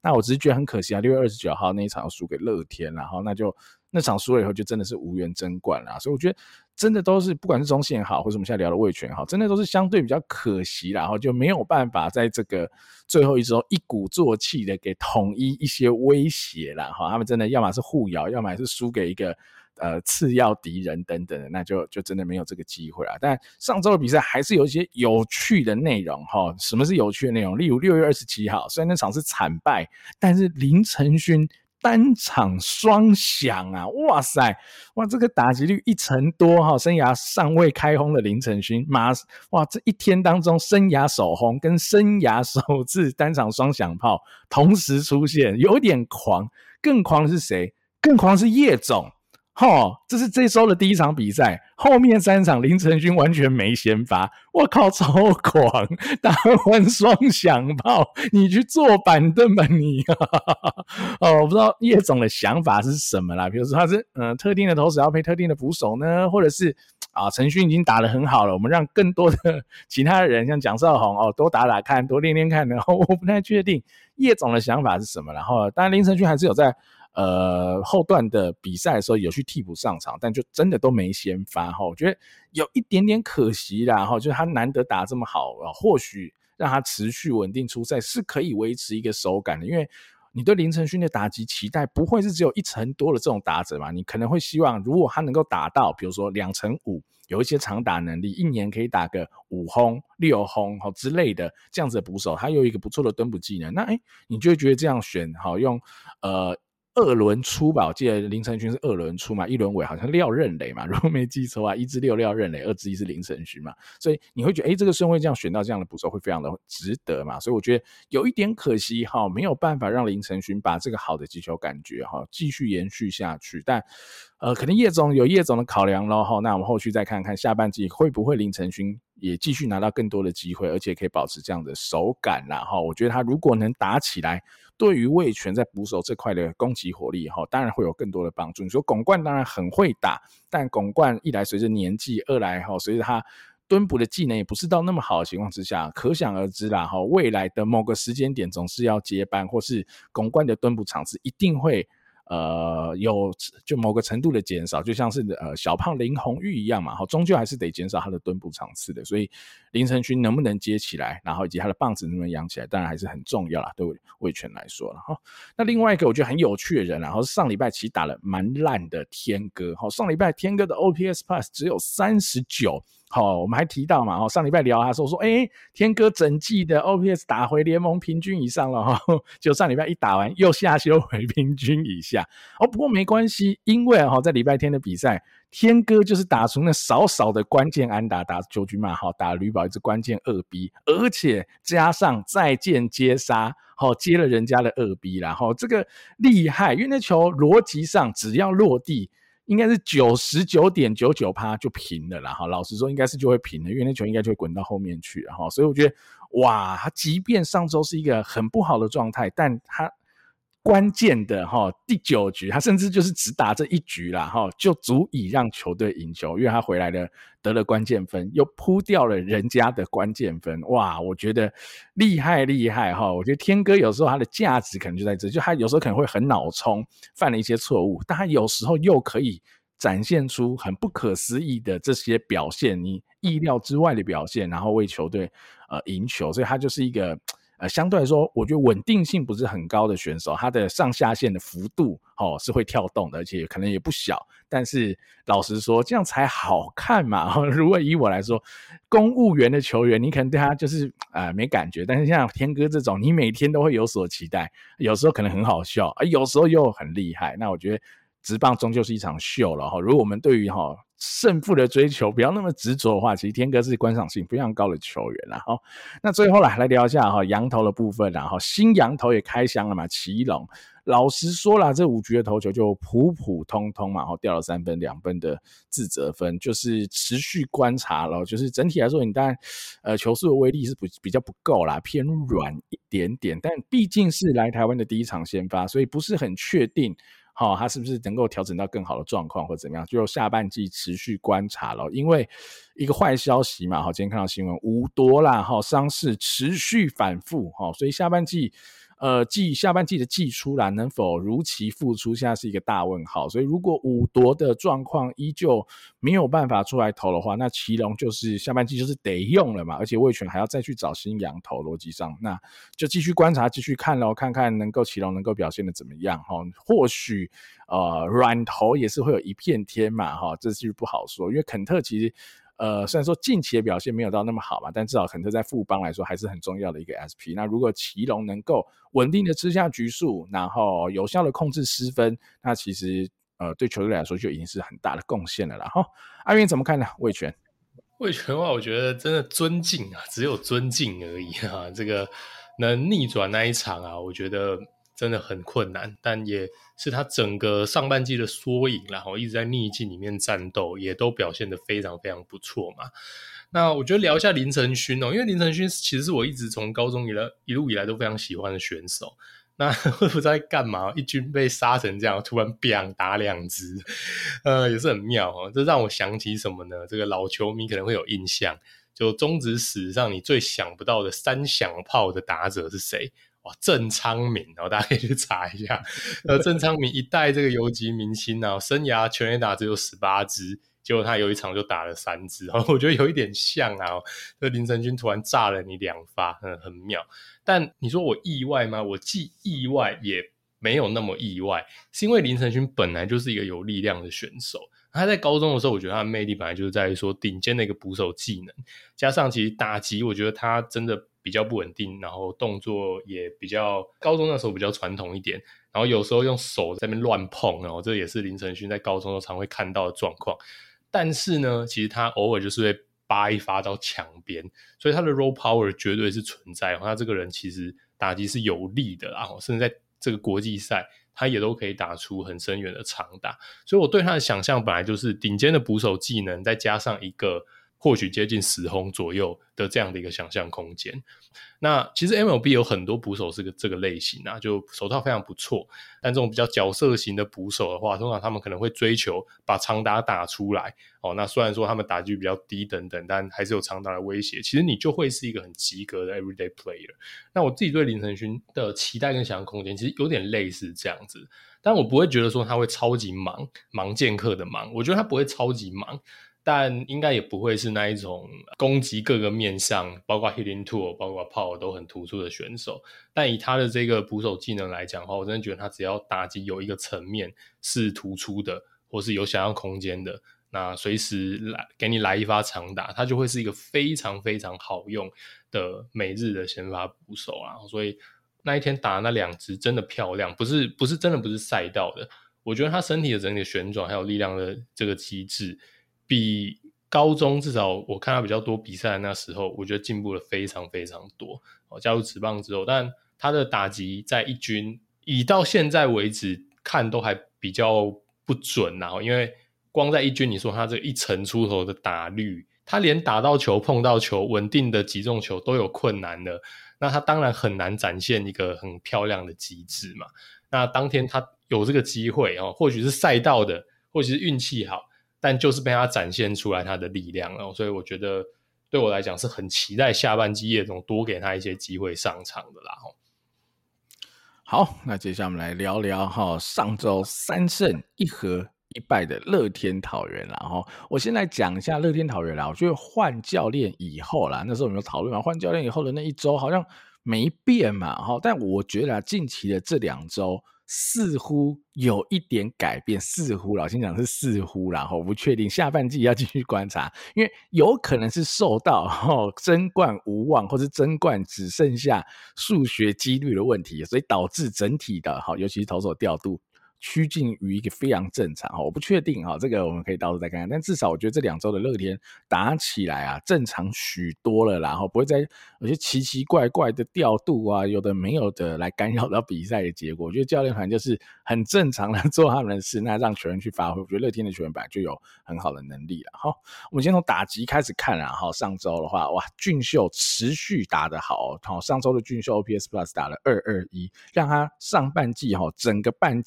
那我只是觉得很可惜啊，六月二十九号那一场要输给乐天，然后那就那场输了以后就真的是无缘争冠啦，所以我觉得真的都是不管是中信也好，或者我们现在聊的味全也好，真的都是相对比较可惜啦，然后就没有办法在这个最后一周一鼓作气的给统一一些威胁啦，他们真的要么是互咬，要么是输给一个呃次要敌人等等的，那就就真的没有这个机会啦。但上周的比赛还是有一些有趣的内容齁，什么是有趣的内容？例如六月二十七号，虽然那场是惨败，但是林承勋单场双响啊！哇塞，哇，这个打击率一成多哈，生涯尚未开轰的林承勋，马哇，这一天当中生涯首轰跟生涯首次单场双响炮同时出现，有点狂。更狂的是谁？更狂的是叶总。齁，这是这周的第一场比赛，后面三场林承勋完全没先发，我靠，超狂，打完双响炮，你去坐板凳吧你哦，我不知道叶总的想法是什么啦，比如说他是呃特定的投手要配特定的捕手呢，或者是啊承勋已经打得很好了，我们让更多的其他的人像蒋少宏哦多打打看，多练练看，然后我不太确定叶总的想法是什么，然后当然林承勋还是有在呃，后段的比赛的时候有去替补上场，但就真的都没先发齁，我觉得有一点点可惜啦齁，就是他难得打这么好，或许让他持续稳定出赛是可以维持一个手感的，因为你对林承勋的打击期待不会是只有一成多的这种打者嘛，你可能会希望如果他能够打到比如说两成五，有一些长打能力，一年可以打个五轰六轰之类的这样子的捕手，他有一个不错的蹲捕技能，那诶你就会觉得这样选好用呃二轮出吧，我记得林承勋是二轮出嘛，一轮尾好像廖任磊嘛，如果没记错啊，一至六廖任磊，二至一是林承勋嘛，所以你会觉得，哎，这个顺位这样选到这样的捕手会非常的值得嘛，所以我觉得有一点可惜哈，没有办法让林承勋把这个好的击球感觉哈继续延续下去，但呃，可能叶总有叶总的考量咯哈，那我们后续再看看下半季会不会林承勋也继续拿到更多的机会，而且可以保持这样的手感啦哈，我觉得他如果能打起来。对于味全在捕手这块的攻击火力当然会有更多的帮助。你说巩冠当然很会打，但巩冠一来随着年纪，二来随着他蹲捕的技能也不是到那么好的情况之下，可想而知啦，未来的某个时间点总是要接班，或是巩冠的蹲捕场次一定会呃，有就某个程度的减少，就像是呃小胖林红玉一样嘛，终究还是得减少他的蹲捕场次的，所以林承勋能不能接起来，然后以及他的棒子能不能养起来，当然还是很重要啦，对味全来说了哈。那另外一个我觉得很有趣的人，然后上礼拜其实打了蛮烂的天哥，上礼拜天哥的 O P S Plus 只有三十九。好，我们还提到嘛，上礼拜聊他说说，哎，天哥整季的 O P S 打回联盟平均以上了，结果上礼拜一打完又下修回平均以下。哦，不过没关系，因为在礼拜天的比赛，天哥就是打出那少少的关键安打，打九局嘛，打吕宝一支关键二 B， 而且加上再见接杀，接了人家的二 B 啦，这个厉害，因为那球逻辑上只要落地。应该是 百分之九十九点九九 就平了啦，老实说应该是就会平了，因为那球应该就会滚到后面去了，所以我觉得哇，他即便上周是一个很不好的状态，但他关键的第九局他甚至就是只打这一局啦，就足以让球队赢球，因为他回来了得了关键分，又扑掉了人家的关键分，哇，我觉得厉害厉害，我觉得天哥有时候他的价值可能就在这，就他有时候可能会很脑冲，犯了一些错误，但他有时候又可以展现出很不可思议的这些表现，你意料之外的表现，然后为球队呃赢球，所以他就是一个呃，相对来说，我觉得稳定性不是很高的选手，他的上下限的幅度哦是会跳动的，而且可能也不小。但是老实说，这样才好看嘛。哦、如果以我来说，公务员的球员，你可能对他就是呃没感觉，但是像天哥这种，你每天都会有所期待，有时候可能很好笑，啊、有时候又很厉害。那我觉得职棒终究是一场秀了哈。如果我们对于哈胜负的追求不要那么执着的话，其实天哥是观赏性非常高的球员啦。哈，那最后来来聊一下哈洋投的部分啦。哈，新洋投也开箱了嘛，奇隆。老实说啦，这五局的投球就普普通通嘛，掉了三分两分的自责分，就是持续观察咯，就是整体来说，你当然呃球速的威力是不比较不够啦，偏软一点点，但毕竟是来台湾的第一场先发，所以不是很确定。好，他是不是能够调整到更好的状况或怎么样？就下半季持续观察了，因为一个坏消息嘛，好，今天看到新闻，吴多啦，哈，伤势持续反复，哈，所以下半季。 呃季下半季的季初啦，能否如期复出，现在是一个大问号。所以如果五夺的状况依旧没有办法出来投的话，那奇隆就是下半季就是得用了嘛，而且味全还要再去找新洋投，逻辑上那就继续观察，继续看咯，看看能够奇隆能够表现的怎么样齁。或许呃软投也是会有一片天嘛齁，这是不好说，因为肯特其实呃，虽然说近期的表现没有到那么好嘛，但至少肯特在富邦来说还是很重要的一个 S P。那如果奇隆能够稳定的吃下局数，然后有效的控制失分，那其实呃对球队来说就已经是很大的贡献了啦。齁，阿元怎么看呢？味全， 味全的话，我觉得真的尊敬啊，只有尊敬而已啊。这个能逆转那一场啊，我觉得真的很困难，但也是他整个上半季的缩影啦，一直在逆境里面战斗，也都表现得非常非常不错嘛。那我觉得聊一下林承勋哦，因为林承勋其实是我一直从高中以来一路以来都非常喜欢的选手。那不知道在干嘛，一军被杀成这样，突然 biang 打两支，呃，也是很妙哦。这让我想起什么呢？这个老球迷可能会有印象，就中职史上你最想不到的三响炮的打者是谁？哇，郑昌明，然后大家可以去查一下。呃，郑昌明一代这个游击明星啊，生涯全垒打只有十八支。结果他有一场就打了三支，我觉得有一点像啊，这林承勋突然炸了你两发，嗯，很妙。但你说我意外吗？我既意外也没有那么意外，是因为林承勋本来就是一个有力量的选手。他在高中的时候，我觉得他的魅力本来就是在于说顶尖的一个捕手技能，加上其实打击，我觉得他真的比较不稳定，然后动作也比较高中那时候比较传统一点，然后有时候用手在那边乱碰，然后这也是林承勋在高中都常会看到的状况。但是呢，其实他偶尔就是会扒一发到墙边，所以他的 raw power 绝对是存在。他这个人其实打击是有力的啦，甚至在这个国际赛，他也都可以打出很深远的长打。所以我对他的想象本来就是顶尖的捕手技能，再加上一个或许接近十轰左右的这样的一个想象空间。那其实 M L B 有很多捕手是个这个类型啊，就手套非常不错，但这种比较角色型的捕手的话，通常他们可能会追求把长打打出来哦。那虽然说他们打击比较低等等，但还是有长打的威胁，其实你就会是一个很及格的 everyday player。那我自己对林承勋的期待跟想象空间其实有点类似这样子，但我不会觉得说他会超级忙，忙剑客的忙，我觉得他不会超级忙，但应该也不会是那一种攻击各个面上，包括 hitting tool 包括 power 都很突出的选手。但以他的这个捕手技能来讲的话，我真的觉得他只要打击有一个层面是突出的，或是有想象空间的，那随时来给你来一发长打，他就会是一个非常非常好用的每日的先发捕手啊。所以那一天打那两支真的漂亮，不是不是真的不是赛道的，我觉得他身体的整体的旋转还有力量的这个机制比高中至少我看他比较多比赛的那时候，我觉得进步了非常非常多。加入职棒之后，但他的打击在一军以到现在为止看都还比较不准啊，因为光在一军你说他这一层出头的打率，他连打到球碰到球稳定的击中球都有困难的，那他当然很难展现一个很漂亮的机制嘛。那当天他有这个机会，或许是赛道的，或许是运气好，但就是被他展现出来他的力量了，所以我觉得对我来讲是很期待下半季叶总多给他一些机会上场的啦。 好，那接下来我们来聊聊哈上周三胜一和一败的乐天桃园啦。哈，我先来讲一下乐天桃园啦。我觉得换教练以后啦，那时候我们有讨论嘛，换教练以后的那一周好像没变嘛，哈，但我觉得啊，近期的这两周似乎有一点改变，似乎老先讲是似乎啦，我不确定，下半季要继续观察，因为有可能是受到哦争冠无望，或是争冠只剩下数学几率的问题，所以导致整体的尤其是投手调度趋近于一个非常正常，我不确定，这个我们可以到时候再看看，但至少我觉得这两周的乐天打起来啊正常许多了啦，不会再有些奇奇怪怪的调度啊，有的没有的来干扰到比赛的结果。我觉得教练团就是很正常的做他们的事，那让球员去发挥，我觉得乐天的球员本来就有很好的能力了。好，我们先从打击开始看啊，上周的话，哇，俊秀持续打得好，上周的俊秀 O P S Plus 打了二二一，让他上半季整个半季的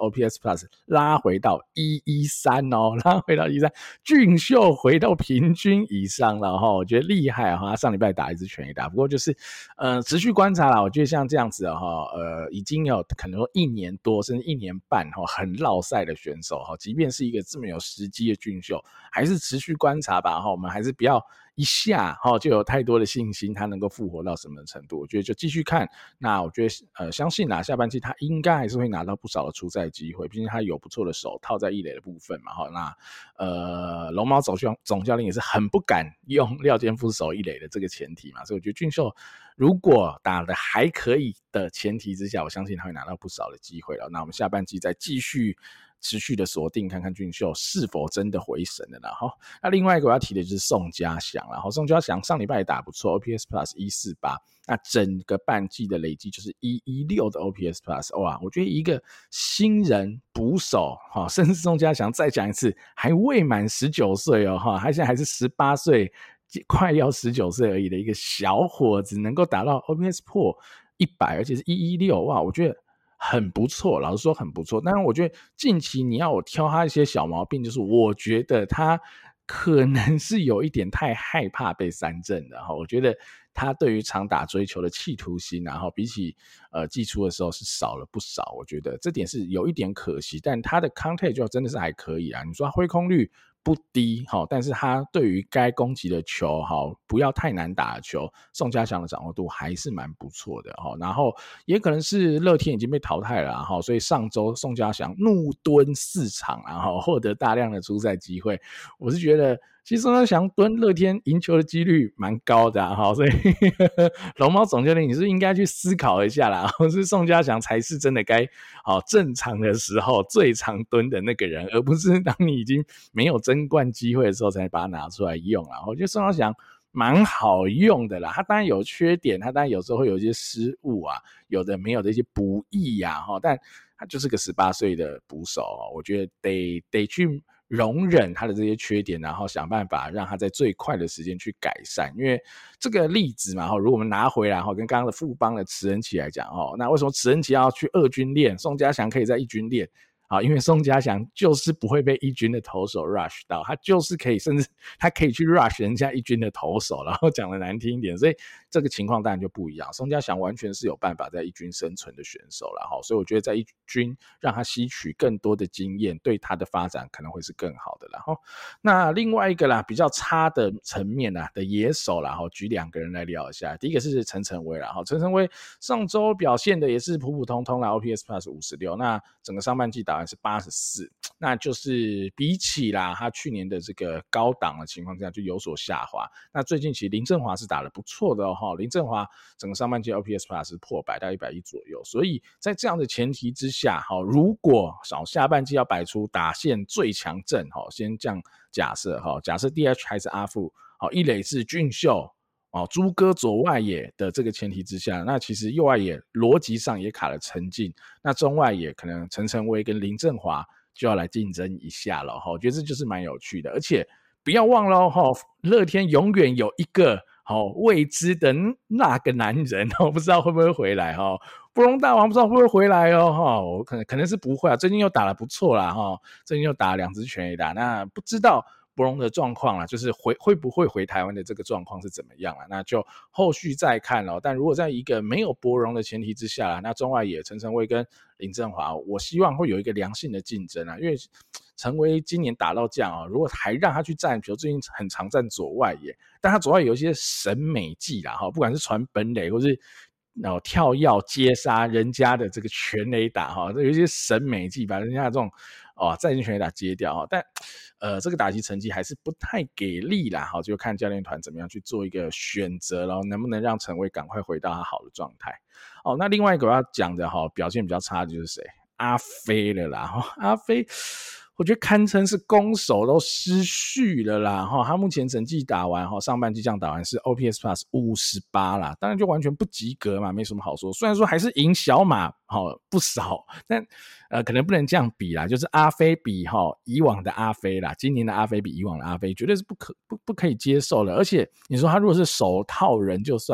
O P S Plus 拉回到一一三哦，拉回到一一三，俊秀回到平均以上了哈，我觉得厉害哈。他上礼拜打一支全垒打，不过就是呃持续观察啦，我觉得像这样子哈，呃已经有可能说一年多甚至一年半哈，很落赛的选手哈，即便是一个这么有时机的俊秀，还是持续观察吧哈，我们还是不要一下哈就有太多的信心他能够复活到什么程度，我觉得就继续看。那我觉得呃相信啦，下半季他应该还是会拿到不少的出赛机会，毕竟他有不错的手套在一垒的部分嘛哈。那呃龙猫总总教练也是很不敢用廖健富守一垒的这个前提嘛，所以我觉得俊秀如果打得还可以的前提之下，我相信他会拿到不少的机会了。那我们下半季再继续持续的锁定，看看俊秀是否真的回神了啦。那另外一个我要提的就是宋家祥啦，宋家祥上礼拜也打不错 ，O P S Plus 一四八，那整个半季的累积就是一一六的 O P S Plus， 哇，我觉得一个新人捕手，甚至宋家祥再讲一次，还未满十九岁哦，他现在还是十八岁，快要十九岁而已的一个小伙子，能够达到 O P S 破一百，而且是一一六，哇，我觉得很不错，老实说很不错。当然我觉得近期你要我挑他一些小毛病，就是我觉得他可能是有一点太害怕被三振的，我觉得他对于长打追求的企图心，然后比起呃季初的时候是少了不少，我觉得这点是有一点可惜。但他的 contact 就真的是还可以啊，你说他挥空率不低，但是他对于该攻击的球不要太难打的球，宋家祥的掌握度还是蛮不错的。然后也可能是乐天已经被淘汰了，所以上周宋家祥怒蹲四场，然后获得大量的出赛机会。我是觉得其实宋家祥蹲乐天赢球的几率蛮高的，所以龙猫总教练你是应该去思考一下啦，是宋家祥才是真的该正常的时候最常蹲的那个人，而不是当你已经没有争冠机会的时候才把它拿出来用啦。我觉得宋家祥蛮好用的啦，他当然有缺点，他当然有时候会有一些失误啊，有的没有的一些不易啊，但他就是个十八岁的捕手，我觉得得得去容忍他的这些缺点，然后想办法让他在最快的时间去改善。因为这个例子嘛，如果我们拿回来跟刚刚的富邦的池恩奇来讲，那为什么池恩奇要去二军练，宋家祥可以在一军练？因为宋家祥就是不会被一军的投手 rush 到，他就是可以，甚至他可以去 rush 人家一军的投手，然后讲的难听一点，所以这个情况当然就不一样。宋家祥完全是有办法在一军生存的选手啦，所以我觉得在一军让他吸取更多的经验，对他的发展可能会是更好的啦。那另外一个啦比较差的层面啦的野手啦，举两个人来聊一下。第一个是陈晨威啦，陈晨威上周表现的也是普普通通啦， O P S Plus 五十六，那整个上半季打完是八十四，那就是比起啦他去年的这个高档的情况下就有所下滑。那最近其实林振华是打得不错的哦，林振华整个上半季 O P S Plus 是破百到一百一左右，所以在这样的前提之下，如果下半季要摆出打线最强阵，先这样假设，假设 D H 还是阿富，一垒是俊秀哦，朱哥左外野的这个前提之下，那其实右外野逻辑上也卡了陈进，那中外野可能陈晨威跟林振华就要来竞争一下了，我觉得这就是蛮有趣的。而且不要忘了，乐天永远有一个未知的那个男人，不知道会不会回来，布隆大王不知道会不会回来哦，可能可能是不会啊，最近又打得不错啦，最近又打了两支全垒打，那不知道博荣的状况啦，就是回会不会回台湾的这个状况是怎么样啦，那就后续再看咯。但如果在一个没有博荣的前提之下啦，那中外野陈晨威跟林振华，我希望会有一个良性的竞争啊，因为陈威今年打到这样啊，如果还让他去站，比如最近很常站左外野，但他左外野有一些审美技啦，不管是传本垒或是然后跳跃接杀人家的这个全垒打，有一些审美技把人家的这种哦再见全垒打接掉，但呃这个打击成绩还是不太给力啦，就看教练团怎么样去做一个选择，然后能不能让陈威赶快回到他好的状态。哦，那另外一个我要讲的表现比较差的就是谁？阿飞了啦，阿飞我觉得堪称是攻守都失序了啦，他目前整季打完，上半季这样打完是 O P S Plus 五十八啦，当然就完全不及格嘛，没什么好说。虽然说还是赢小马不少，但呃可能不能这样比啦，就是阿飞比以往的阿飞啦，今年的阿飞比以往的阿飞绝对是不可不不可以接受的。而且你说他如果是手套人就算，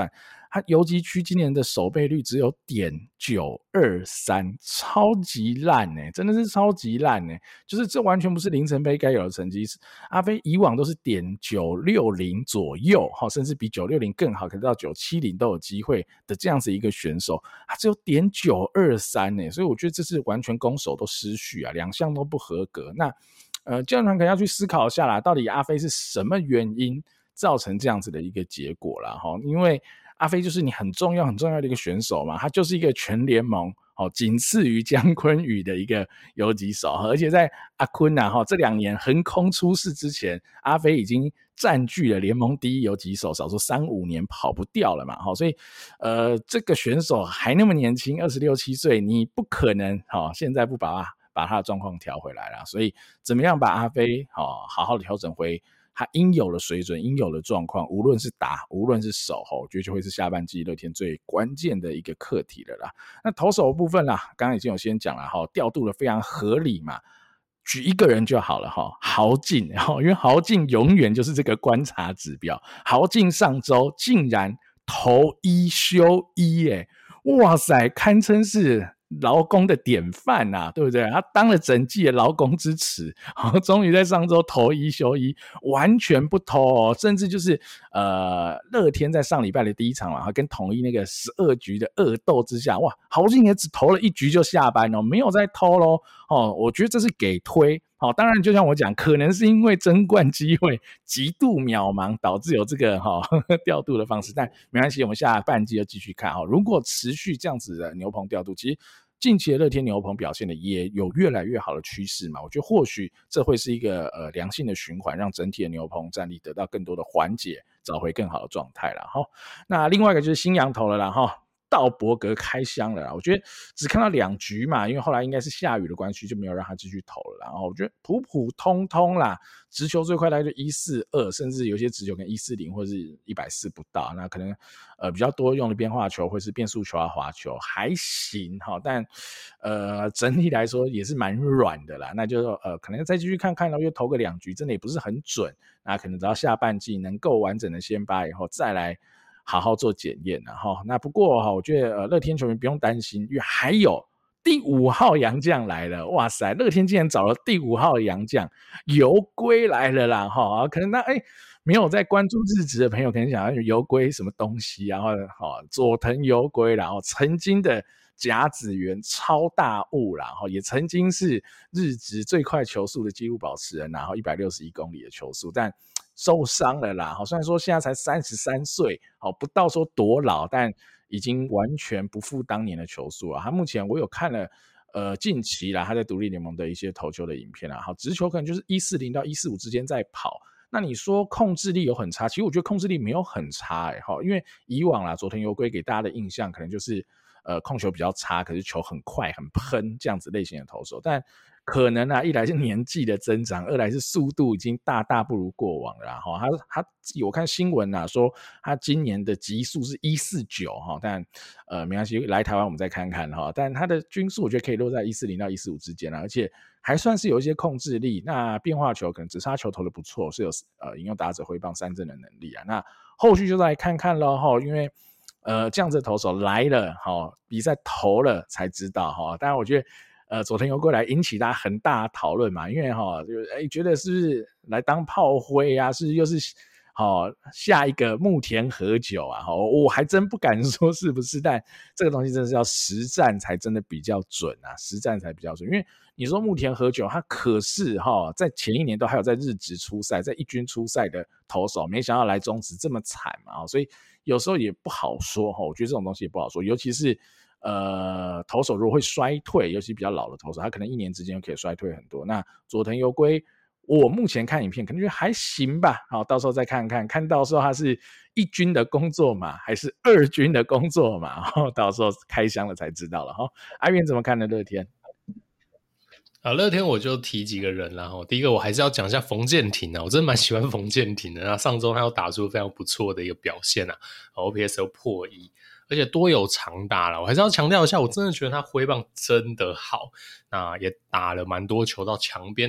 他游击区今年的守备率只有点九二三，超级烂哎、欸，真的是超级烂哎、欸，就是这完全不是林承飞该有的成绩。阿飞以往都是点九六零左右，甚至比九六零更好，可能到九七零都有机会的这样子一个选手，他只有点九二三哎，所以我觉得这是完全攻守都失序啊，两项都不合格。那呃，教练团可能要去思考一下啦，到底阿飞是什么原因造成这样子的一个结果啦，因为阿飞就是你很重要很重要的一个选手嘛，他就是一个全联盟仅次于姜昆宇的一个游击手，而且在阿坤啊这两年横空出世之前，阿飞已经占据了联盟第一游击手，少说三五年跑不掉了嘛，所以呃，这个选手还那么年轻，二十六七岁，你不可能现在不把他把他的状况调回来啦，所以怎么样把阿飞好好的调整回他应有的水准，应有的状况，无论是打无论是守，我觉得就会是下半季乐天最关键的一个课题了啦。那投手的部分啦，刚刚已经有先讲了，调度的非常合理嘛，举一个人就好了，豪进，因为豪进永远就是这个观察指标。豪进上周竟然投一休一耶，哇塞，堪称是劳工的典范啊，对不对？他当了整季的劳工之耻，终于在上周投一休一，完全不投哦，甚至就是呃，乐天在上礼拜的第一场嘛，跟统一那个十二局的恶斗之下，哇，豪进也只投了一局就下班哦，没有再投咯哦，我觉得这是给推。好，当然就像我讲，可能是因为争冠机会极度渺茫，导致有这个哈、哦、调度的方式，但没关系，我们下半季就继续看哈、哦。如果持续这样子的牛棚调度，其实近期的乐天牛棚表现的也有越来越好的趋势嘛，我觉得或许这会是一个呃良性的循环，让整体的牛棚战力得到更多的缓解，找回更好的状态啦哈。那另外一个就是新洋投了啦哈。道伯格开箱了啦，我觉得只看到两局嘛，因为后来应该是下雨的关系，就没有让他继续投了啦。然后我觉得普普通通啦，直球最快大概就一四二，甚至有些直球跟一四零或是一百四不到，那可能呃比较多用的变化球或是变速球啊滑球还行哈，但呃整体来说也是蛮软的啦，那就呃可能再继续看看，然后又投个两局，真的也不是很准，那可能直到下半季能够完整的先发以后再来好好做检验啊哈。那不过哈，我觉得呃乐天球迷不用担心，因为还有第五号洋将来了，哇塞！乐天竟然找了第五号洋将游龟来了啦哈，可能那哎没有在关注日职的朋友，可能想要游龟什么东西啊，然后哈佐藤游龟，然后曾经的甲子园超大物啦，也曾经是日职最快球速的纪录保持人，然后一百六十一公里的球速，但受伤了啦，虽然说现在才三十三岁，不到说多老，但已经完全不复当年的球速了。他目前我有看了呃近期啦，他在独立联盟的一些投球的影片啦，好，直球可能就是一四零到一四五之间在跑。那你说控制力有很差，其实我觉得控制力没有很差欸，因为以往啦佐藤游龟给大家的印象可能就是呃控球比较差，可是球很快很喷这样子类型的投手，但可能啊，一来是年纪的增长，二来是速度已经大大不如过往了啦。他他我看新闻啊，说他今年的极速是一四九，但呃没关系，来台湾我们再看看哈。但他的均速我觉得可以落在一四零到一四五之间啦，而且还算是有一些控制力。那变化球可能直杀球投的不错，是有呃引用打者挥棒三振的能力啊。那后续就再来看看咯哈，因为呃这样子的投手来了哈，比赛投了才知道哈。当然我觉得。呃，佐藤游龟来引起大家很大的讨论嘛，因为哈，就哎觉得是不是来当炮灰啊？是又是好、哦、下一个木田和久啊？哈、哦，我还真不敢说是不是，但这个东西真的是要实战才真的比较准啊，实战才比较准。因为你说木田和久，他可是哈、哦、在前一年都还有在日职出赛，在一军出赛的投手，没想到来中职这么惨嘛，所以有时候也不好说哈。我觉得这种东西也不好说，尤其是。呃，投手如果会衰退，尤其比较老的投手，他可能一年之间就可以衰退很多。那佐藤游龟，我目前看影片可能觉得还行吧，好，到时候再看看，看到时候他是一军的工作嘛，还是二军的工作嘛，到时候开箱了才知道了哈。阿元怎么看呢？乐天？ 啊，乐天我就提几个人啦哈。第一个我还是要讲一下冯建廷啊，我真的蛮喜欢冯建廷的。那上周他又打出非常不错的一个表现啊 ，O P S 又破一。而且多有长打啦，我还是要强调一下，我真的觉得他挥棒真的好，那也打了蛮多球到墙边的嘛，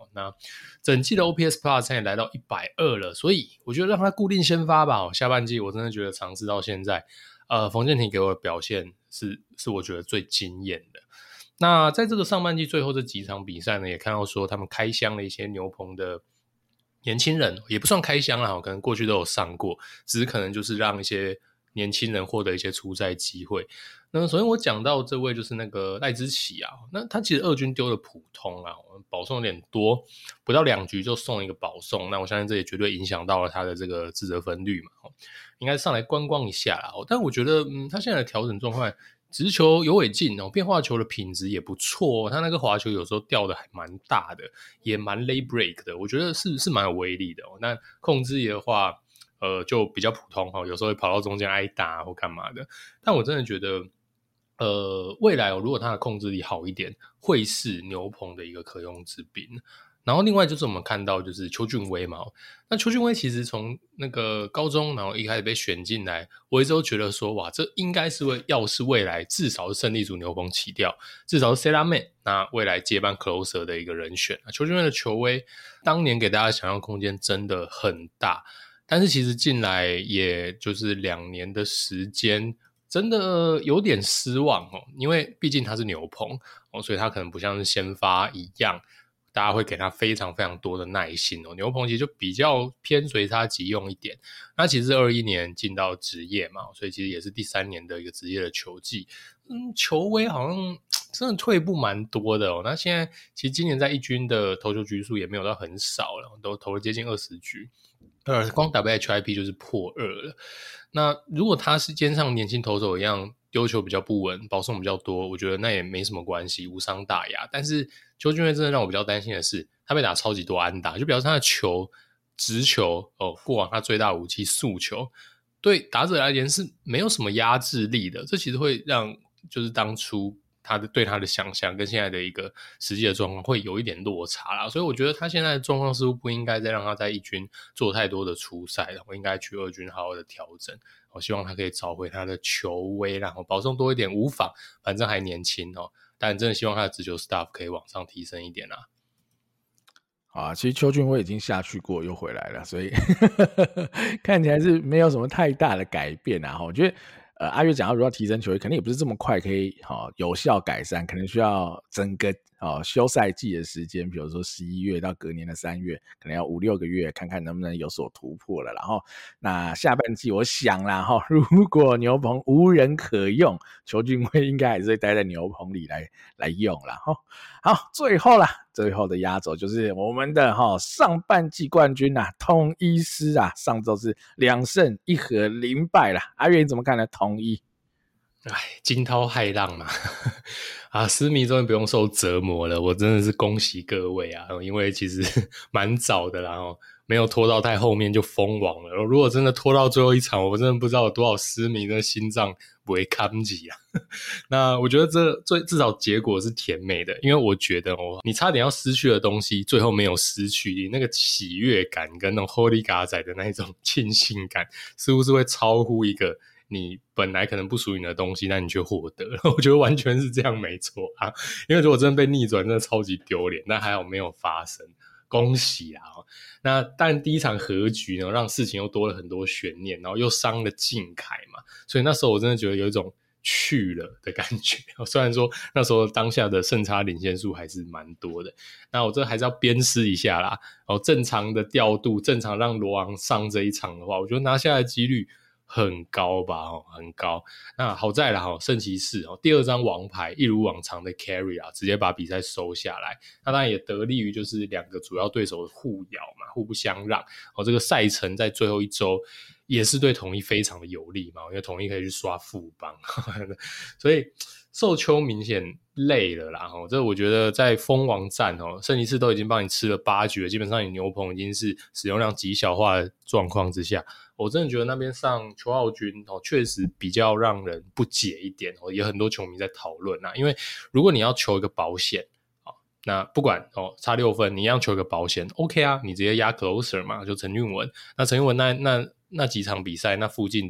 那整季的 O P S Plus 也来到一百二十了，所以我觉得让他固定先发吧。下半季我真的觉得尝试到现在，呃，冯建廷给我的表现是是我觉得最惊艳的。那在这个上半季最后这几场比赛呢，也看到说他们开箱了一些牛棚的年轻人，也不算开箱啦，可能过去都有上过，只是可能就是让一些年轻人获得一些出赛机会。那么首先我讲到这位就是那个赖之奇啊，那他其实二军丢的普通啊，保送有点多，不到两局就送一个保送，那我相信这也绝对影响到了他的这个自责分率嘛，应该上来观光一下啦。但我觉得嗯，他现在的调整状况，直球有尾劲哦，变化球的品质也不错、哦、他那个滑球有时候掉的还蛮大的，也蛮 lay break 的，我觉得是是蛮有威力的哦。那控制的话呃，就比较普通、哦、有时候会跑到中间挨打或干嘛的，但我真的觉得呃，未来、哦、如果他的控制力好一点，会是牛棚的一个可用之兵。然后另外就是我们看到就是邱俊威嘛，那邱俊威其实从那个高中然后一开始被选进来，我一直都觉得说哇，这应该是为要是未来至少是胜利组牛棚起调，至少是 Set Man 那未来接班 Closer 的一个人选。邱俊威的球威当年给大家想象空间真的很大，但是其实进来也就是两年的时间，真的有点失望哦，因为毕竟他是牛棚哦，所以他可能不像是先发一样大家会给他非常非常多的耐心哦。牛棚其实就比较偏随他即用一点。那其实是二一年进到职业嘛，所以其实也是第三年的一个职业的球季。嗯，球威好像真的退步蛮多的哦。那现在其实今年在一军的投球局数也没有到很少了，都投了接近二十局。呃，光 W H I P 就是破二了。那如果他是兼上年轻投手一样丢球比较不稳，保送比较多，我觉得那也没什么关系，无伤大雅。但是邱俊威真的让我比较担心的是，他被打超级多安打，就表示他的球直球哦，过往他最大武器速球，对打者而言是没有什么压制力的。这其实会让就是当初他的对他的想象跟现在的一个实际的状况会有一点落差啦，所以我觉得他现在的状况似乎不应该再让他在一军做太多的出赛了，我应该去二军好好的调整。我希望他可以找回他的球威，然后保送多一点无妨，反正还年轻哦。但真的希望他的直球 staff 可以往上提升一点啦。 啊，其实邱俊威已经下去过又回来了，所以看起来是没有什么太大的改变啊。我觉得呃，阿月讲到如果要提升球威，肯定也不是这么快可以、哦、有效改善，可能需要整个、哦、休赛季的时间，比如说十一月到隔年的三月，可能要五六个月，看看能不能有所突破了。然后那下半季我想啦、哦、如果牛棚无人可用，邱俊威应该还是会待在牛棚里来来用啦、哦、好，最后啦，最后的压轴就是我们的、哦、上半季冠军啊，统一狮啊，上周是两胜一和零败啦。阿月你怎么看呢？统一， 哎，惊涛骇浪嘛，啊，狮迷终于不用受折磨了，我真的是恭喜各位啊，因为其实蛮早的啦，哦，没有拖到太后面就封王了。如果真的拖到最后一场，我真的不知道有多少狮迷的心脏不会扛起啊。那我觉得这最至少结果是甜美的，因为我觉得哦，你差点要失去的东西，最后没有失去，你那个喜悦感跟那种 Holy 嘎仔的那一种庆幸感，似乎是会超乎一个你本来可能不属于你的东西，但你却获得了。我觉得完全是这样，没错啊。因为如果真的被逆转，真的超级丢脸，但还好没有发生。恭喜啊！那但第一场和局呢，让事情又多了很多悬念，然后又伤了靖凯嘛，所以那时候我真的觉得有一种去了的感觉。虽然说那时候当下的胜差领先数还是蛮多的，那我这还是要鞭尸一下啦。哦，正常的调度，正常让罗昂上这一场的话，我觉得拿下的几率很高吧，哦，很高。那好在啦，圣骑士第二张王牌一如往常的 carry 啊，直接把比赛收下来。那当然也得力于就是两个主要对手的互咬嘛，互不相让。哦，这个赛程在最后一周也是对统一非常的有利嘛，因为统一可以去刷富邦，所以受邱明显累了啦。哦，这我觉得在封王战哦，圣骑士都已经帮你吃了八局了，基本上你牛棚已经是使用量极小化的状况之下。我真的觉得那边上邱浩军哦，确实比较让人不解一点哦，也有很多球迷在讨论啊。因为如果你要求一个保险，哦，那不管哦差六分，你一样求一个保险 ，OK 啊，你直接压 closer 嘛，就陈韵文。那陈韵文那那那几场比赛，那附近的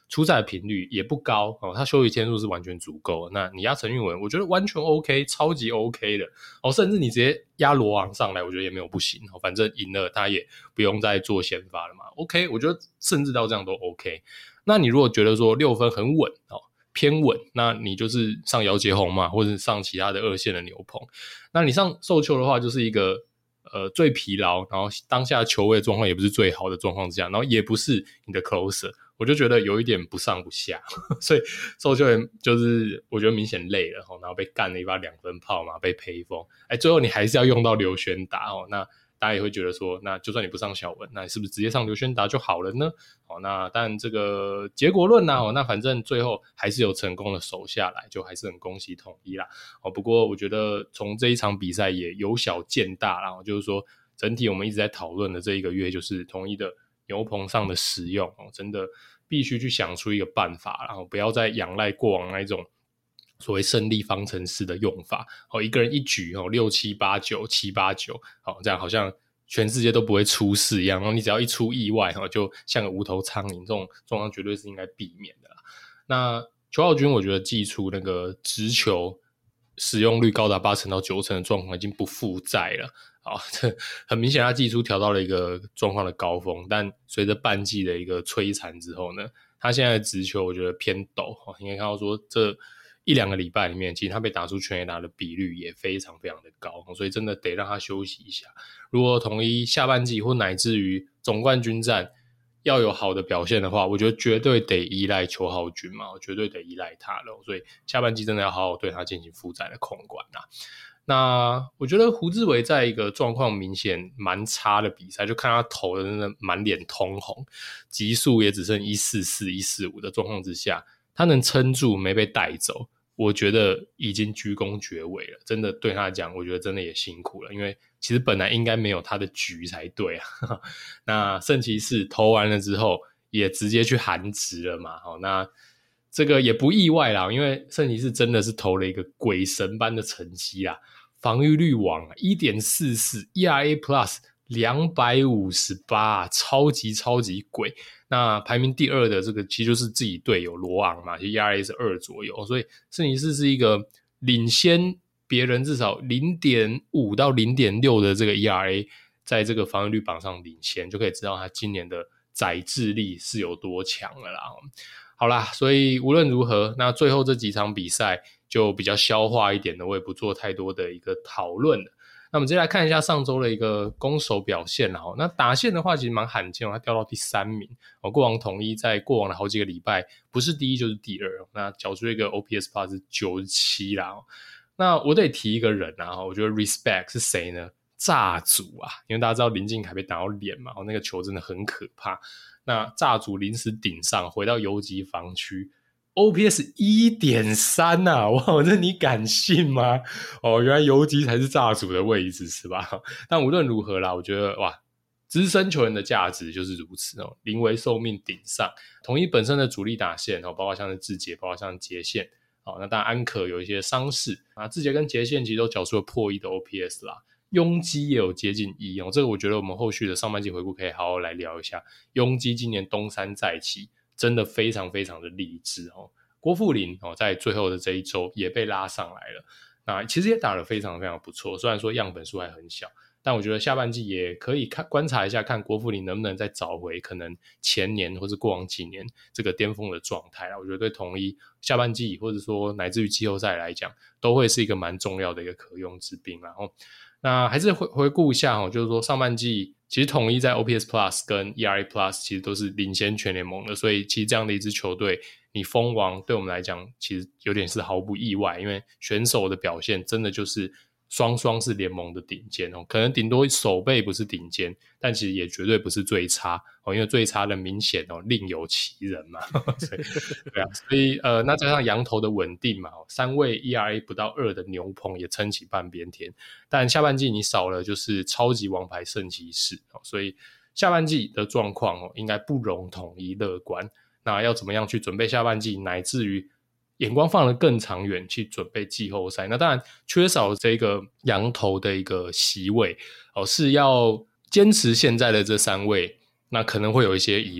出赛的频率也不高哦，他休息天数是完全足够的。那你压陈韵文，我觉得完全 OK， 超级 OK 的哦，甚至你直接压罗昂上来，我觉得也没有不行哦，反正赢了他也不用再做先发了嘛 ，OK， 我觉得甚至到这样都 OK。那你如果觉得说六分很稳哦，偏稳，那你就是上姚杰宏嘛，或者上其他的二线的牛棚。那你上受球的话，就是一个呃最疲劳，然后当下球位状况也不是最好的状况之下，然后也不是你的 closer， 我就觉得有一点不上不下，所以受球员就是我觉得明显累了，然后被干了一把两分炮嘛，被赔风，哎，最后你还是要用到刘轩达哦，那大家也会觉得说，那就算你不上小文，那你是不是直接上刘轩达就好了呢？哦，那但这个结果论啊，哦，那反正最后还是有成功的守下来，就还是很恭喜统一啦。哦，不过我觉得从这一场比赛也由小见大啦，就是说整体我们一直在讨论的这一个月，就是统一的牛棚上的使用，哦，真的必须去想出一个办法，然后不要再仰赖过往那一种所谓胜利方程式的用法，哦，一个人一局哦，六七八九七八九，哦，这样好像全世界都不会出事一样。然后你只要一出意外，哦，就像个无头苍蝇，这种状况绝对是应该避免的啦。那邱浩鈞，我觉得祭出那个直球使用率高达八成到九成的状况已经不复在了。好，很明显他祭出调到了一个状况的高峰，但随着半季的一个摧残之后呢，他现在的直球我觉得偏陡，你可以看到说这一两个礼拜里面，其实他被打出全垒打的比率也非常非常的高，所以真的得让他休息一下。如果统一下半季或乃至于总冠军战要有好的表现的话，我觉得绝对得依赖邱浩鈞嘛，我绝对得依赖他了，所以下半季真的要好好对他进行负载的控管啦。那我觉得胡志伟在一个状况明显蛮差的比赛，就看他投的真的满脸通红，极速也只剩一四四一四五的状况之下，他能撑住没被带走，我觉得已经居功厥伟了，真的对他来讲，我觉得真的也辛苦了，因为其实本来应该没有他的局才对啊。那圣骑士投完了之后，也直接去韩职了嘛，好，那这个也不意外啦，因为圣骑士真的是投了一个鬼神般的成绩啦，防御率王 一点四四 E R A Plus 两百五十八，超级超级鬼。那排名第二的这个其实就是自己队友罗昂嘛，其实 E R A 是二左右，所以圣骑士是一个领先别人至少 零点五 到 零点六 的这个 E R A， 在这个防御率榜上领先，就可以知道他今年的载制力是有多强了啦。好啦，所以无论如何，那最后这几场比赛就比较消化一点的，我也不做太多的一个讨论了。那我们接下来看一下上周的一个攻守表现啦。那打线的话其实蛮罕见，他掉到第三名。过往统一在过往的好几个礼拜不是第一就是第二，那缴出一个 O P S Plus 是九十七啦。那我得提一个人啊，我觉得 respect 是谁呢？炸组啊，因为大家知道林敬凯被打到脸嘛，那个球真的很可怕。那炸组临时顶上，回到游击防区 O P S 一点三 啊，哇，这你敢信吗？哦，原来游击才是炸组的位置是吧？但无论如何啦，我觉得哇，资深球员的价值就是如此哦，临危受命顶上。统一本身的主力打线哦，包括像是志杰，包括像杰宪，哦，那当然安可有一些伤势啊，志杰跟杰宪其实都缴出了破一的 O P S 啦。雍基也有接近一哦，这个我觉得我们后续的上半季回顾可以好好来聊一下。雍基今年东山再起，真的非常非常的励志哦。郭富林哦，在最后的这一周也被拉上来了，那其实也打得非常非常不错。虽然说样本数还很小，但我觉得下半季也可以看观察一下，看郭富林能不能再找回可能前年或是过往几年这个巅峰的状态啦。我觉得对统一下半季或者说乃至于季后赛来讲，都会是一个蛮重要的一个可用之兵啦。哦，那还是回回顾一下哦，就是说上半季其实统一在 O P S Plus 跟 E R A Plus 其实都是领先全联盟的，所以其实这样的一支球队，你封王对我们来讲其实有点是毫不意外，因为选手的表现真的就是双双是联盟的顶尖哦，可能顶多守备不是顶尖，但其实也绝对不是最差哦，因为最差的明显哦另有其人嘛，所以对啊，所以呃，那加上洋投的稳定嘛，三位 E R A 不到二的牛棚也撑起半边天，但下半季你少了就是超级王牌圣骑士哦，所以下半季的状况哦应该不容统一乐观。那要怎么样去准备下半季，乃至于眼光放得更长远去准备季后赛，那当然缺少这个洋投的一个席位，哦，是要坚持现在的这三位，那可能会有一些疑虑，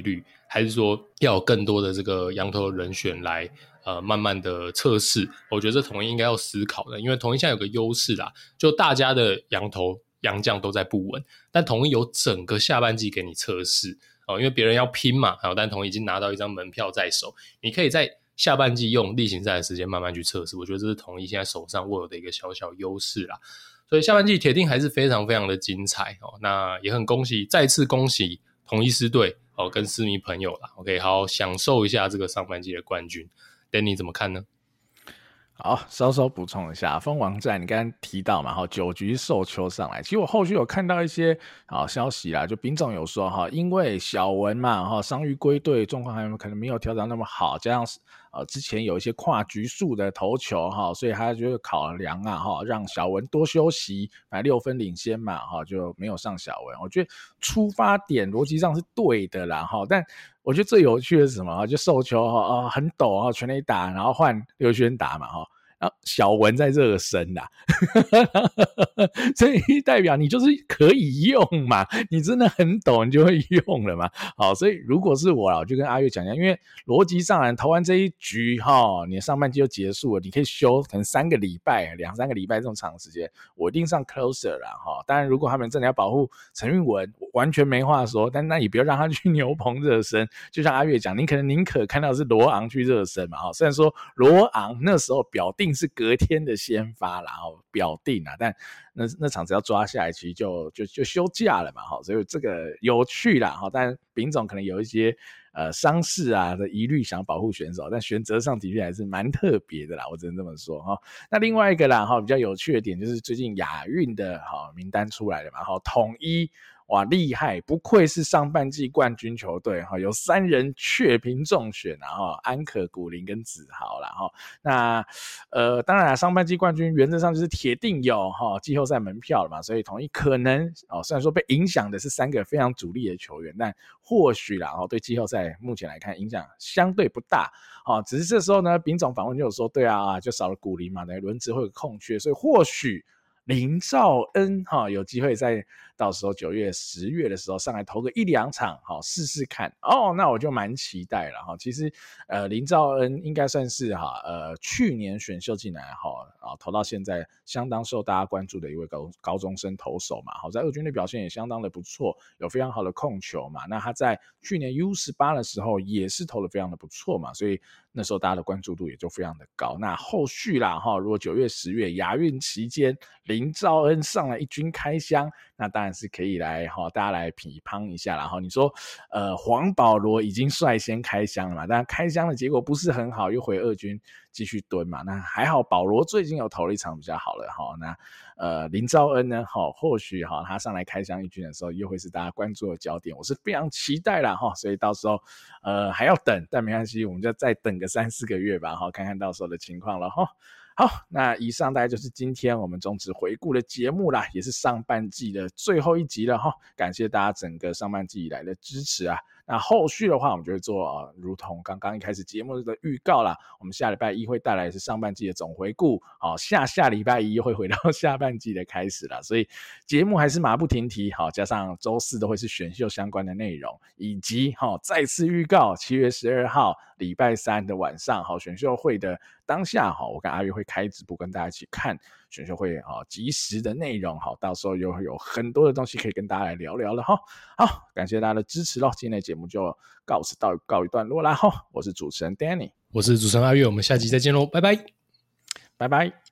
还是说要有更多的这个洋投的人选来呃慢慢的测试？我觉得这统一应该要思考的，因为统一现在有个优势啦，就大家的洋投洋将都在不稳，但统一有整个下半季给你测试哦，因为别人要拼嘛，但统一已经拿到一张门票在手，你可以在下半季用例行赛的时间慢慢去测试，我觉得这是统一现在手上握有的一个小小优势啦。所以下半季铁定还是非常非常的精彩哦，那也很恭喜，再次恭喜统一狮队哦，跟狮迷朋友啦，我可以好好享受一下这个上半季的冠军。Danny 怎么看呢？ 好，稍稍补充一下，蜂王战你刚刚提到嘛，九局受球上来，其实我后续有看到一些好消息啦，就丙总有说哈，因为小文嘛伤愈归队，状况还可能没有调整那么好，加上呃之前有一些跨局数的投球哈，所以他就考量啊哈，让小文多休息，反正六分领先嘛哈，就没有上小文。我觉得出发点逻辑上是对的啦哈，但我觉得最有趣的是什么？就受球哈、哦，很陡哈，全垒打，然后换刘轩打嘛哈。然后小文在热身啦所以代表你就是可以用嘛，你真的很懂你就会用了嘛。好，所以如果是我啦，我就跟阿月讲一下，因为逻辑上来投完这一局齁，你的上半季就结束了，你可以休可能三个礼拜两三个礼拜这种长时间，我一定上 closer 啦齁。当然如果他们真的要保护陈韵文，完全没话说，但那也不要让他去牛棚热身，就像阿月讲，你可能宁可看到是罗昂去热身嘛齁，虽然说罗昂那时候表定是隔天的先发啦，表定啦，但那那场只要抓下来，其实就就就休假了嘛，所以这个有趣啦，但丙总可能有一些呃伤势啊的疑虑，想保护选手，但选择上的确还是蛮特别的啦，我只能这么说哈。那另外一个啦哈，比较有趣的点就是最近亚运的哈名单出来了嘛，哈，统一。哇，厉害！不愧是上半季冠军球队哈，有三人确评中选啊哈，安可、古林跟子豪啦哈。那呃，当然啦，上半季冠军原则上就是铁定有哈季后赛门票了嘛，所以统一可能哦，虽然说被影响的是三个非常主力的球员，但或许啦哈，对季后赛目前来看影响相对不大哦。只是这时候呢，丙总访问就有说，对啊，就少了古林嘛，等于轮值会有空缺，所以或许。林兆恩哈有机会在到时候九月十月的时候上来投个一两场好试试看哦，那我就蛮期待了哈。其实呃林兆恩应该算是哈呃去年选秀进来哈啊投到现在相当受大家关注的一位高高中生投手嘛，好在二军的表现也相当的不错，有非常好的控球嘛。那他在去年 U 十八 的时候也是投的非常的不错嘛，所以那时候大家的关注度也就非常的高。那后续啦哈，如果九月十月亚运期间林兆恩上来一军开箱，那当然是可以来哈，大家来匹乓一下啦哈。你说呃黄保罗已经率先开箱了嘛，但开箱的结果不是很好，又回二军继续蹲嘛。那还好保罗最近有投了一场比较好了哈。那呃林兆恩呢哈，或许哈他上来开箱一军的时候，又会是大家关注的焦点，我是非常期待啦哈。所以到时候呃还要等，但没关系，我们就再等个三四个月吧哈，看看到时候的情况了哈。好，那以上大概就是今天我们中职回顾的节目啦，也是上半季的最后一集了哈。感谢大家整个上半季以来的支持啊。那后续的话，我们就会做、呃、如同刚刚一开始节目的预告啦，我们下礼拜一会带来的是上半季的总回顾，好，下下礼拜一又会回到下半季的开始啦，所以节目还是马不停蹄，好，加上周四都会是选秀相关的内容，以及好再次预告七月十二号礼拜三的晚上，好选秀会的当下，好，我跟阿月会开直播跟大家一起看选秀会好即时的内容，好，到时候又会有很多的东西可以跟大家来聊聊了哈。好，感谢大家的支持咯，今天的节目就告辞到告一段落啦哈。我是主持人 Danny， 我是主持人阿月，我们下集再见咯，拜拜， 拜拜。